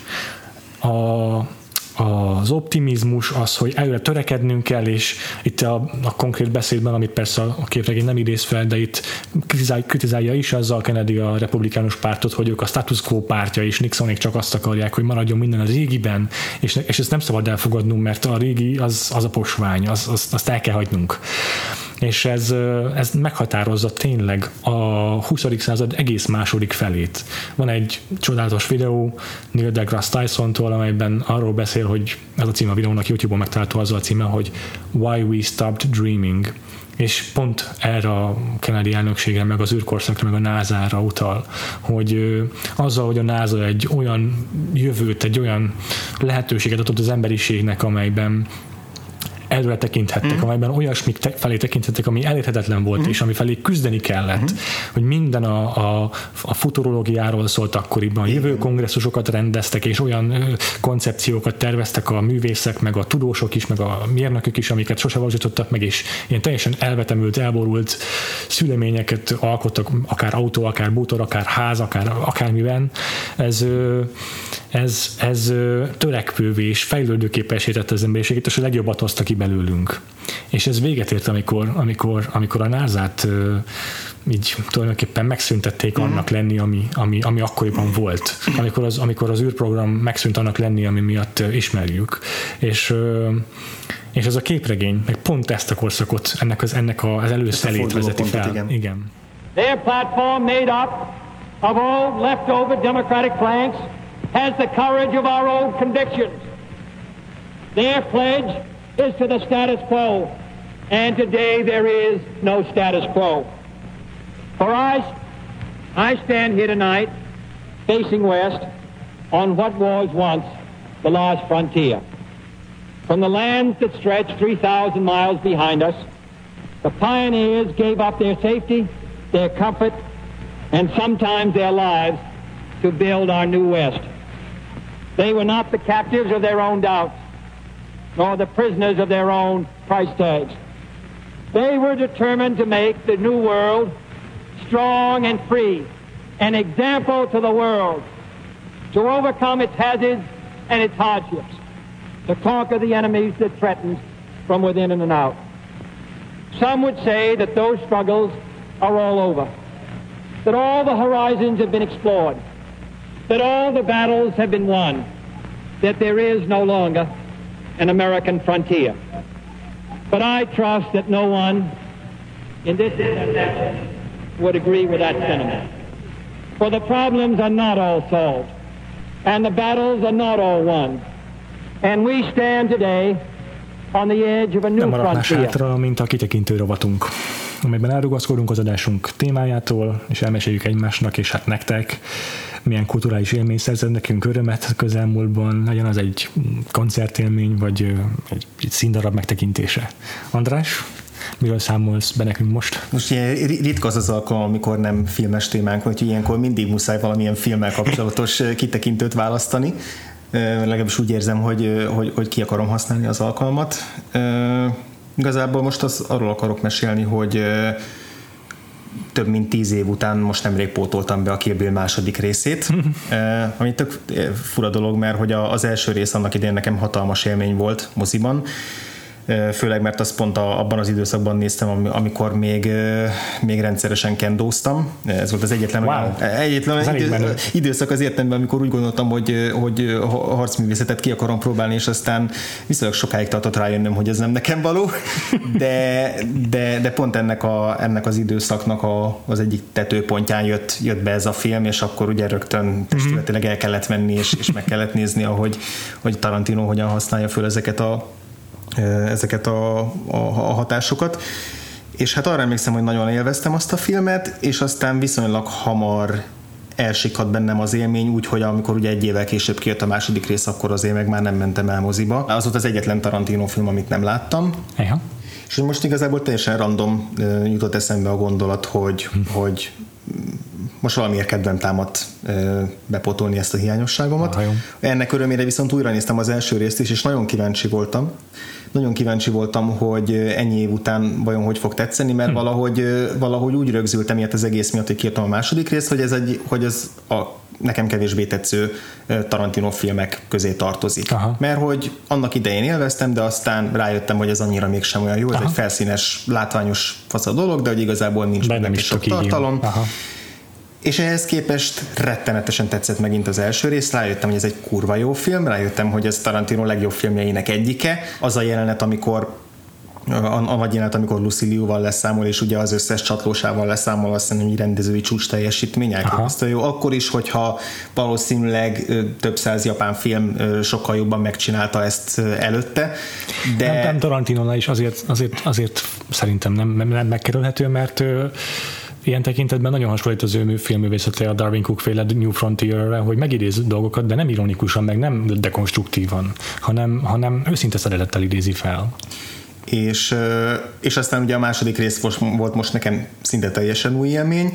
a az optimizmus, az, hogy előre törekednünk kell, és itt a, a konkrét beszédben, amit persze a képregény nem idéz fel, de itt kritizálja, kritizálja is azzal Kennedy a republikánus pártot, hogy ők a status quo pártja, és Nixonék csak azt akarják, hogy maradjon minden a régiben, és, és ezt nem szabad elfogadnunk, mert a régi az, az a posvány, az, az, azt el kell hagynunk. És ez, ez meghatározza tényleg a huszadik század egész második felét. Van egy csodálatos videó Neil deGrasse Tysontól, amelyben arról beszél, hogy ez a cím a videónak, YouTube-on megtalálható azzal a címe, hogy Why We Stopped Dreaming. És pont erre a Kennedy elnökségre, meg az űrkorszakra, meg a nászára utal, hogy azzal, hogy a NASA egy olyan jövőt, egy olyan lehetőséget adott az emberiségnek, amelyben előre tekinthettek, mm. amelyben olyasmik te- felé tekinthettek, ami elérhetetlen volt, mm. és ami felé küzdeni kellett, mm. hogy minden a, a, a futurológiáról szólt akkoriban, mm. jövő kongresszusokat rendeztek, és olyan ö, koncepciókat terveztek a művészek, meg a tudósok is, meg a mérnökök is, amiket sose valósítottak meg, és ilyen teljesen elvetemült, elborult szüleményeket alkottak, akár autó, akár bútor, akár ház, akár akármiben. Ez, ö, ez, ez ö, törekvővé és fejlődőképessé tette az emberiséget, és a legjobbat hozta ki belőlünk. És ez véget ért, amikor, amikor, amikor a názát uh, így tulajdonképpen megszüntették annak lenni, ami, ami, ami akkoriban volt. Amikor az, amikor az űrprogram megszűnt annak lenni, ami miatt uh, ismerjük. És, uh, és ez a képregény, meg pont ezt a korszakot, ennek az, ennek az előszelét vezeti fel. Igen. igen. Their platform made up of old leftover democratic planks has the courage of our old convictions. Their pledge is to the status quo, and today there is no status quo. For I, I stand here tonight facing west on what was once the last frontier. From the lands that stretch three thousand miles behind us, the pioneers gave up their safety, their comfort, and sometimes their lives to build our new west. They were not the captives of their own doubts, nor the prisoners of their own price tags. They were determined to make the new world strong and free, an example to the world, to overcome its hazards and its hardships, to conquer the enemies that threatened from within and out. Some would say that those struggles are all over, that all the horizons have been explored, that all the battles have been won, that there is no longer an American frontier. But I trust that no one in this would agree with that sentiment. For the problems are not all solved. and the battles are not all won. And we stand today on the edge of a new frontier. Nem maradnás hátra, mint a kitekintő rovatunk, amelyben elrugaszkodunk az adásunk témájától, és elmeséljük egymásnak, és hát nektek, milyen kulturális élmény szerzett nekünk örömet közelmúltban, legyen az egy koncertélmény, vagy egy, egy színdarab megtekintése. András, miről számolsz be nekünk most? Most ilyen ritka az az alkalom, amikor nem filmes témánk, hogy ilyenkor mindig muszáj valamilyen filmmel kapcsolatos kitekintőt választani. Legalábbis úgy érzem, hogy, hogy, hogy ki akarom használni az alkalmat. Igazából most az, arról akarok mesélni, hogy több mint tíz év után most nemrég pótoltam be a Kill Bill második részét, ami tök fura dolog, mert hogy az első rész annak idején nekem hatalmas élmény volt moziban, főleg mert azt pont a, abban az időszakban néztem, amikor még, még rendszeresen kendóztam. Ez volt az egyetlen, wow. olyan, egyetlen idő, időszak az értelemben, amikor úgy gondoltam, hogy, hogy harcművészetet ki akarom próbálni, és aztán viszonylag sokáig tartott rájönnöm, hogy ez nem nekem való, de, de, de pont ennek, a, ennek az időszaknak a, az egyik tetőpontján jött, jött be ez a film, és akkor ugye rögtön testületileg el kellett menni, és, és meg kellett nézni, ahogy, hogy Tarantino hogyan használja föl ezeket a ezeket a, a, a hatásokat, és hát arra emlékszem, hogy nagyon élveztem azt a filmet, és aztán viszonylag hamar elsikhadt bennem az élmény, úgyhogy amikor ugye egy évvel később kijött a második rész, akkor azért meg már nem mentem el moziba. Az volt az egyetlen Tarantino film, amit nem láttam. Eha. És most igazából teljesen random jutott eszembe a gondolat, hogy, hm. hogy most valamiért kedvem támadt bepótolni ezt a hiányosságomat. Aha, ennek örömére viszont újra néztem az első részt is, és nagyon kíváncsi voltam. Nagyon kíváncsi voltam, hogy ennyi év után vajon hogy fog tetszeni, mert hm. valahogy, valahogy úgy rögzültem ilyet az egész miatt, hogy kiírtam a második részt, hogy ez, egy, hogy ez a nekem kevésbé tetsző Tarantino filmek közé tartozik. Aha. Mert hogy annak idején élveztem, de aztán rájöttem, hogy ez annyira mégsem olyan jó, ez Aha. egy felszínes, látványos fasz a dolog, de hogy igazából nincs benne sok tartalom. És ehhez képest rettenetesen tetszett megint az első rész, rájöttem, hogy ez egy kurva jó film, rájöttem, hogy ez Tarantino legjobb filmjeinek egyike. Az a jelenet, amikor a, a nagy jelenet, amikor Lucy Liu-val leszámol, és ugye az összes csatlósával leszámol, azt hiszem, hogy rendezői csúcs teljesítmény, elképesztő jó. Akkor is, hogyha valószínűleg több száz japán film sokkal jobban megcsinálta ezt előtte. De nem, nem Tarantinónál is azért, azért, azért szerintem nem, nem megkerülhető, mert ilyen tekintetben nagyon hasonlít az ő műfilmművészete a Darwin Cook féle New Frontier-re, hogy megidéz dolgokat, de nem ironikusan, meg nem dekonstruktívan, hanem, hanem őszinte szeretettel idézi fel. És, és aztán ugye a második rész volt most nekem szinte teljesen új élmény.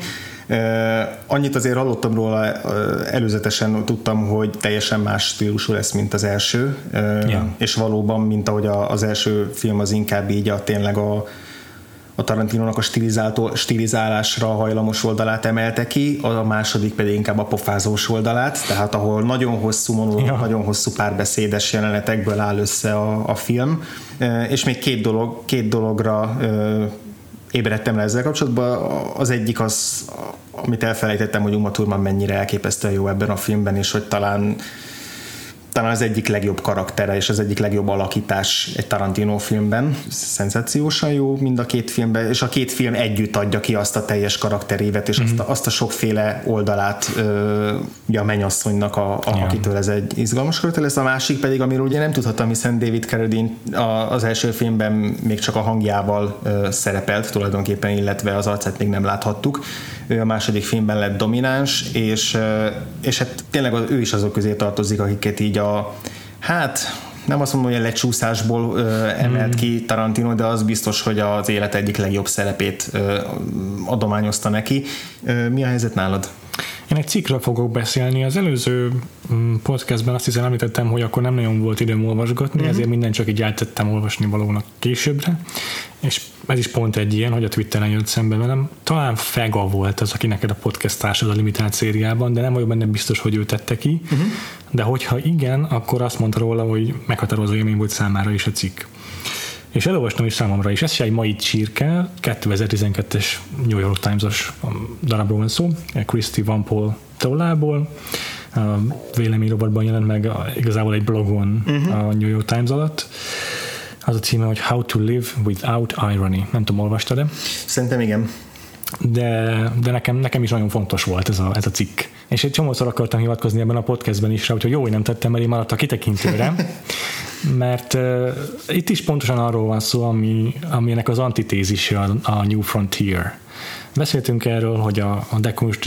Annyit azért hallottam róla, előzetesen tudtam, hogy teljesen más stílusú lesz, mint az első, yeah. és valóban, mint ahogy az első film az inkább így a tényleg a a Tarantinónak a stilizálásra hajlamos oldalát emelte ki, a második pedig inkább a pofázós oldalát, tehát ahol nagyon hosszú monológ, ja. nagyon hosszú párbeszédes jelenetekből áll össze a, a film. És még két, dolog, két dologra ébredtem le ezzel kapcsolatban. Az egyik az, amit elfelejtettem, hogy Uma Thurman mennyire elképesztően jó ebben a filmben, és hogy talán talán az egyik legjobb karaktere és az egyik legjobb alakítás egy Tarantino filmben. Szenzációsan jó mind a két filmben, és a két film együtt adja ki azt a teljes karakterévet, és mm-hmm. azt, a, azt a sokféle oldalát ö, ugye a mennyasszonynak, a, a, yeah. akitől ez egy izgalmas karakter lesz. A másik pedig, amiről ugye nem tudhattam, hiszen David Carradine az első filmben még csak a hangjával ö, szerepelt tulajdonképpen, illetve az arcát még nem láthattuk. Ő a második filmben lett domináns, és, és hát tényleg ő is azok közé tartozik, akiket így a, hát nem azt mondom, hogy a lecsúszásból ö, emelt hmm. ki Tarantino, de az biztos, hogy az élet egyik legjobb szerepét ö, adományozta neki. Ö, mi a helyzet nálad? Én egy cikkről fogok beszélni. Az előző podcastben azt hiszem említettem, hogy akkor nem nagyon volt időm olvasgatni, uh-huh. ezért mindent csak így áttettem olvasni valónak későbbre, és ez is pont egy ilyen, hogy a Twitteren jött szembe velem. Talán Fega volt az, aki neked a podcast társad a limitált szériában, de nem vagyok benne biztos, hogy ő tette ki, uh-huh. de hogyha igen, akkor azt mondta róla, hogy meghatározó élmény volt számára is a cikk. És elolvastam is számomra is. Ez se egy mai csirke, kétezer-tizenkettes New York Times-os darabról van szó, Christy Van Paul tollából. Véleményrovatban jelent meg igazából egy blogon uh-huh. a New York Times alatt. Az a címe, hogy How to Live Without Irony. Nem tudom, olvastad-e? Szerintem igen. de, de nekem, nekem is nagyon fontos volt ez a, ez a cikk. És egy csomószor akartam hivatkozni ebben a podcastben is, úgyhogy jó, hogy nem tettem, mert én maradt a kitekintőre, mert uh, itt is pontosan arról van szó, ami, aminek az-antitézise a, a New Frontier. Beszéltünk erről, hogy a, a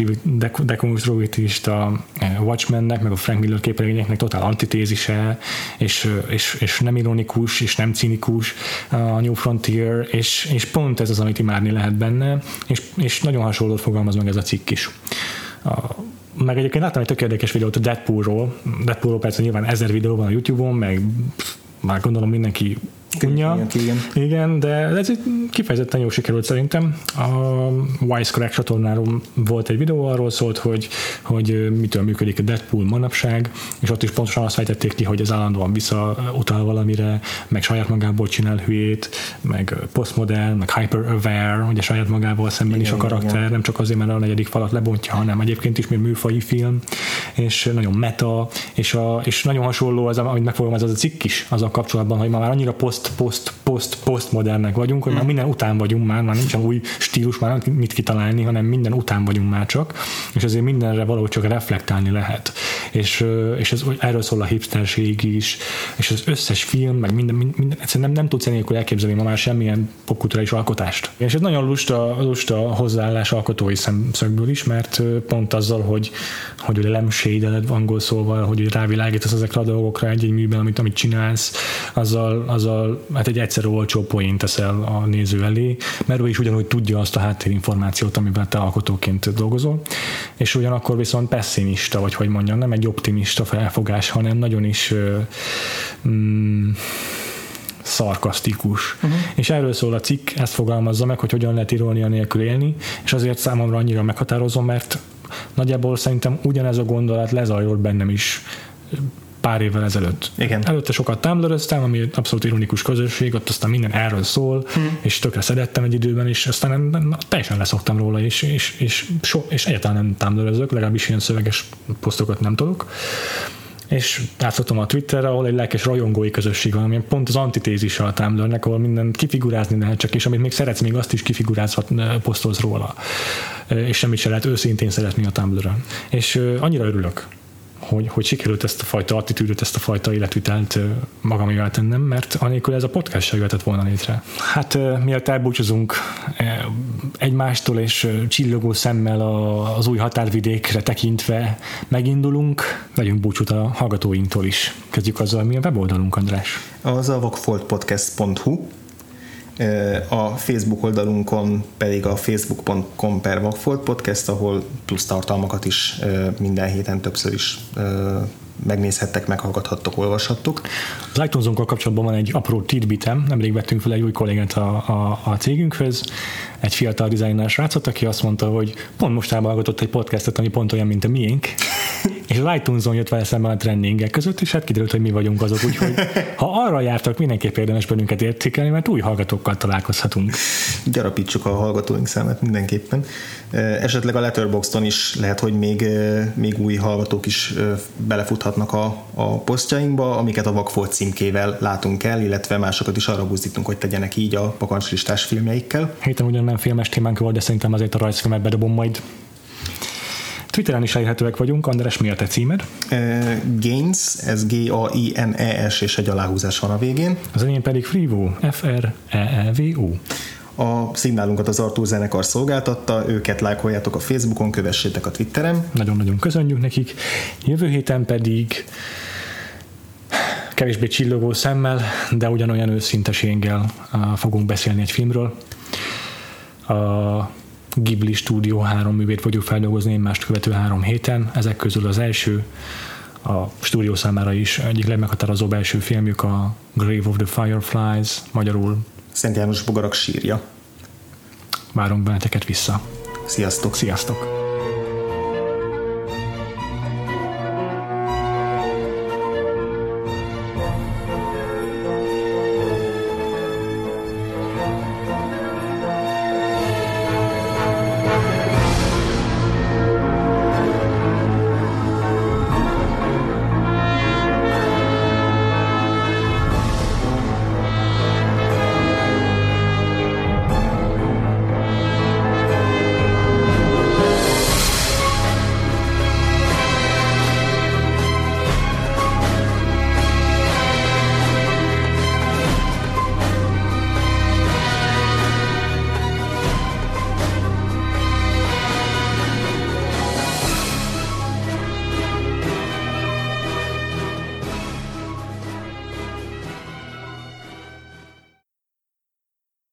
dekonstruktívista Watchmennek, meg a Frank Miller képregényeknek totál antitézise, és, és, és nem ironikus, és nem cinikus a New Frontier, és, és pont ez az, amit imádni lehet benne, és, és nagyon hasonlót fogalmaz meg ez a cikk is. A, meg egyébként láttam egy tök érdekes videót a Deadpoolról. Deadpoolról persze nyilván ezer videó van a YouTube-on, meg már gondolom mindenki unja. Igen, igen, de ez egy kifejezetten jó sikerült szerintem. A Wisecrack csatornáról volt egy videó, arról szólt, hogy, hogy mitől működik a Deadpool manapság, és ott is pontosan azt fejtették ki, hogy ez állandóan visszautal valamire, meg saját magából csinál hülyét, meg postmodern, meg hyper-aware, hogy a saját magával szemben igen, is a karakter, igen. Nem csak azért, mert a negyedik falat lebontja, hanem egyébként is még műfaji film, és nagyon meta, és, a, és nagyon hasonló az, amit megfogalmaz az a cikk is, azzal kapcsolatban, hogy ma már annyira poszt post, post, postmodernek vagyunk, hogy mm. már minden után vagyunk már, már nincsen új stílus, már nem mit kitalálni, hanem minden után vagyunk már csak, és azért mindenre valahogy csak reflektálni lehet. És, és ez, erről szól a hipsterség is, és az összes film, meg minden, minden egyszerűen nem, nem tudsz enélkül elképzelni ma már semmilyen popkulturális alkotást. És ez nagyon lusta, lusta hozzáállás alkotói szemszögből is, mert pont azzal, hogy, hogy lemshade-eled angol szóval, hogy rávilágítasz ezekre a dolgokra egy-egy műben, amit, amit csinálsz, azzal, azzal hát egy egyszerű olcsó poént teszel a néző elé, mert ő is ugyanúgy tudja azt a háttérinformációt, amivel te alkotóként dolgozol, és ugyanakkor viszont pessimista, vagy hogy mondjam, nem egy optimista felfogás, hanem nagyon is mm, szarkasztikus. Uh-huh. És erről szól a cikk, ezt fogalmazza meg, hogy hogyan lehet irónia nélkül élni, és azért számomra annyira meghatározom, mert nagyjából szerintem ugyanez a gondolat lezajlott bennem is pár évvel ezelőtt. Igen. Előtte sokat Tumblr-öztem, ami abszolút ironikus közösség, ott aztán minden erről szól, hmm. és tökre szerettem egy időben, és aztán nem, teljesen leszoktam róla, és, és, és, so, és egyáltalán nem Tumblr-özök, legalábbis ilyen szöveges posztokat nem tudok. És átszottam a Twitterre, ahol egy lelkes rajongói közösség van, ami pont az antitézise a Tumblr-nek, ahol mindent kifigurázni lehet csak, és amit még szeretsz, még azt is kifigurázhat, posztolsz róla. És semmit se lehet őszintén szeretni a Tumblr-ön. És annyira örülök, hogy, hogy sikerült ezt a fajta attitűdöt, ezt a fajta életvitelt magamévá tennem, mert anélkül ez a podcast se jöhetett volna létre. Hát miatt elbúcsúzunk egymástól, és csillogó szemmel az új határvidékre tekintve megindulunk, vegyünk búcsút a hallgatóinktól is. Kezdjük azzal, mi a weboldalunk, András. Az a vagfoltpodcast pont hu, a Facebook oldalunkon pedig a facebook pont com per vagfoltpodcast, ahol plusz tartalmakat is minden héten többször is megnézhettek, meghallgathattok, olvashattok. Az iTunes-unkkal kapcsolatban van egy apró tidbitem, nemrég vettünk fel egy új kollégát a, a, a cégünkhöz, egy fiatal dizájner srácot, aki azt mondta, hogy pont mostában hallgatott egy podcastet, ami pont olyan, mint a miénk, és az iTunes-on jött vele szemben a trendingek között, és hát kiderült, hogy mi vagyunk azok, úgyhogy ha arra jártak, mindenképp érdemes bennünket értékelni, mert új hallgatókkal találkozhatunk. Gyarapítsuk a hallgatóink számát mindenképpen. Esetleg a Letterboxdon is lehet, hogy még, még új hallgatók is belefuthatnak a, a posztjainkba, amiket a Vagfolt címkével látunk el, illetve másokat is arra buzdítunk, hogy tegyenek így a pakancslistás filmjeikkel. Héten ugyan nem filmes témánk volt, de szerintem azért a rajzfilmet bedobom majd. Twitteren is elérhetőek vagyunk. András, mi a te címed? Uh, Gaines, ez G A I N E S, és egy aláhúzás van a végén. Az enyém pedig Freevo, F R E E V O. A szignálunkat az Artúr zenekar szolgáltatta, őket lájkoljátok a Facebookon, kövessétek a Twitteren. Nagyon-nagyon köszönjük nekik. Jövő héten pedig kevésbé csillogó szemmel, de ugyanolyan őszinteséggel fogunk beszélni egy filmről. A Ghibli Studio három művét fogjuk feldolgozni egymást követő három héten. Ezek közül az első, a stúdió számára is egyik legmeghatározóbb első filmjük, a Grave of the Fireflies, magyarul Szent János bogarak sírja. Várunk benneteket vissza. Sziasztok! Sziasztok!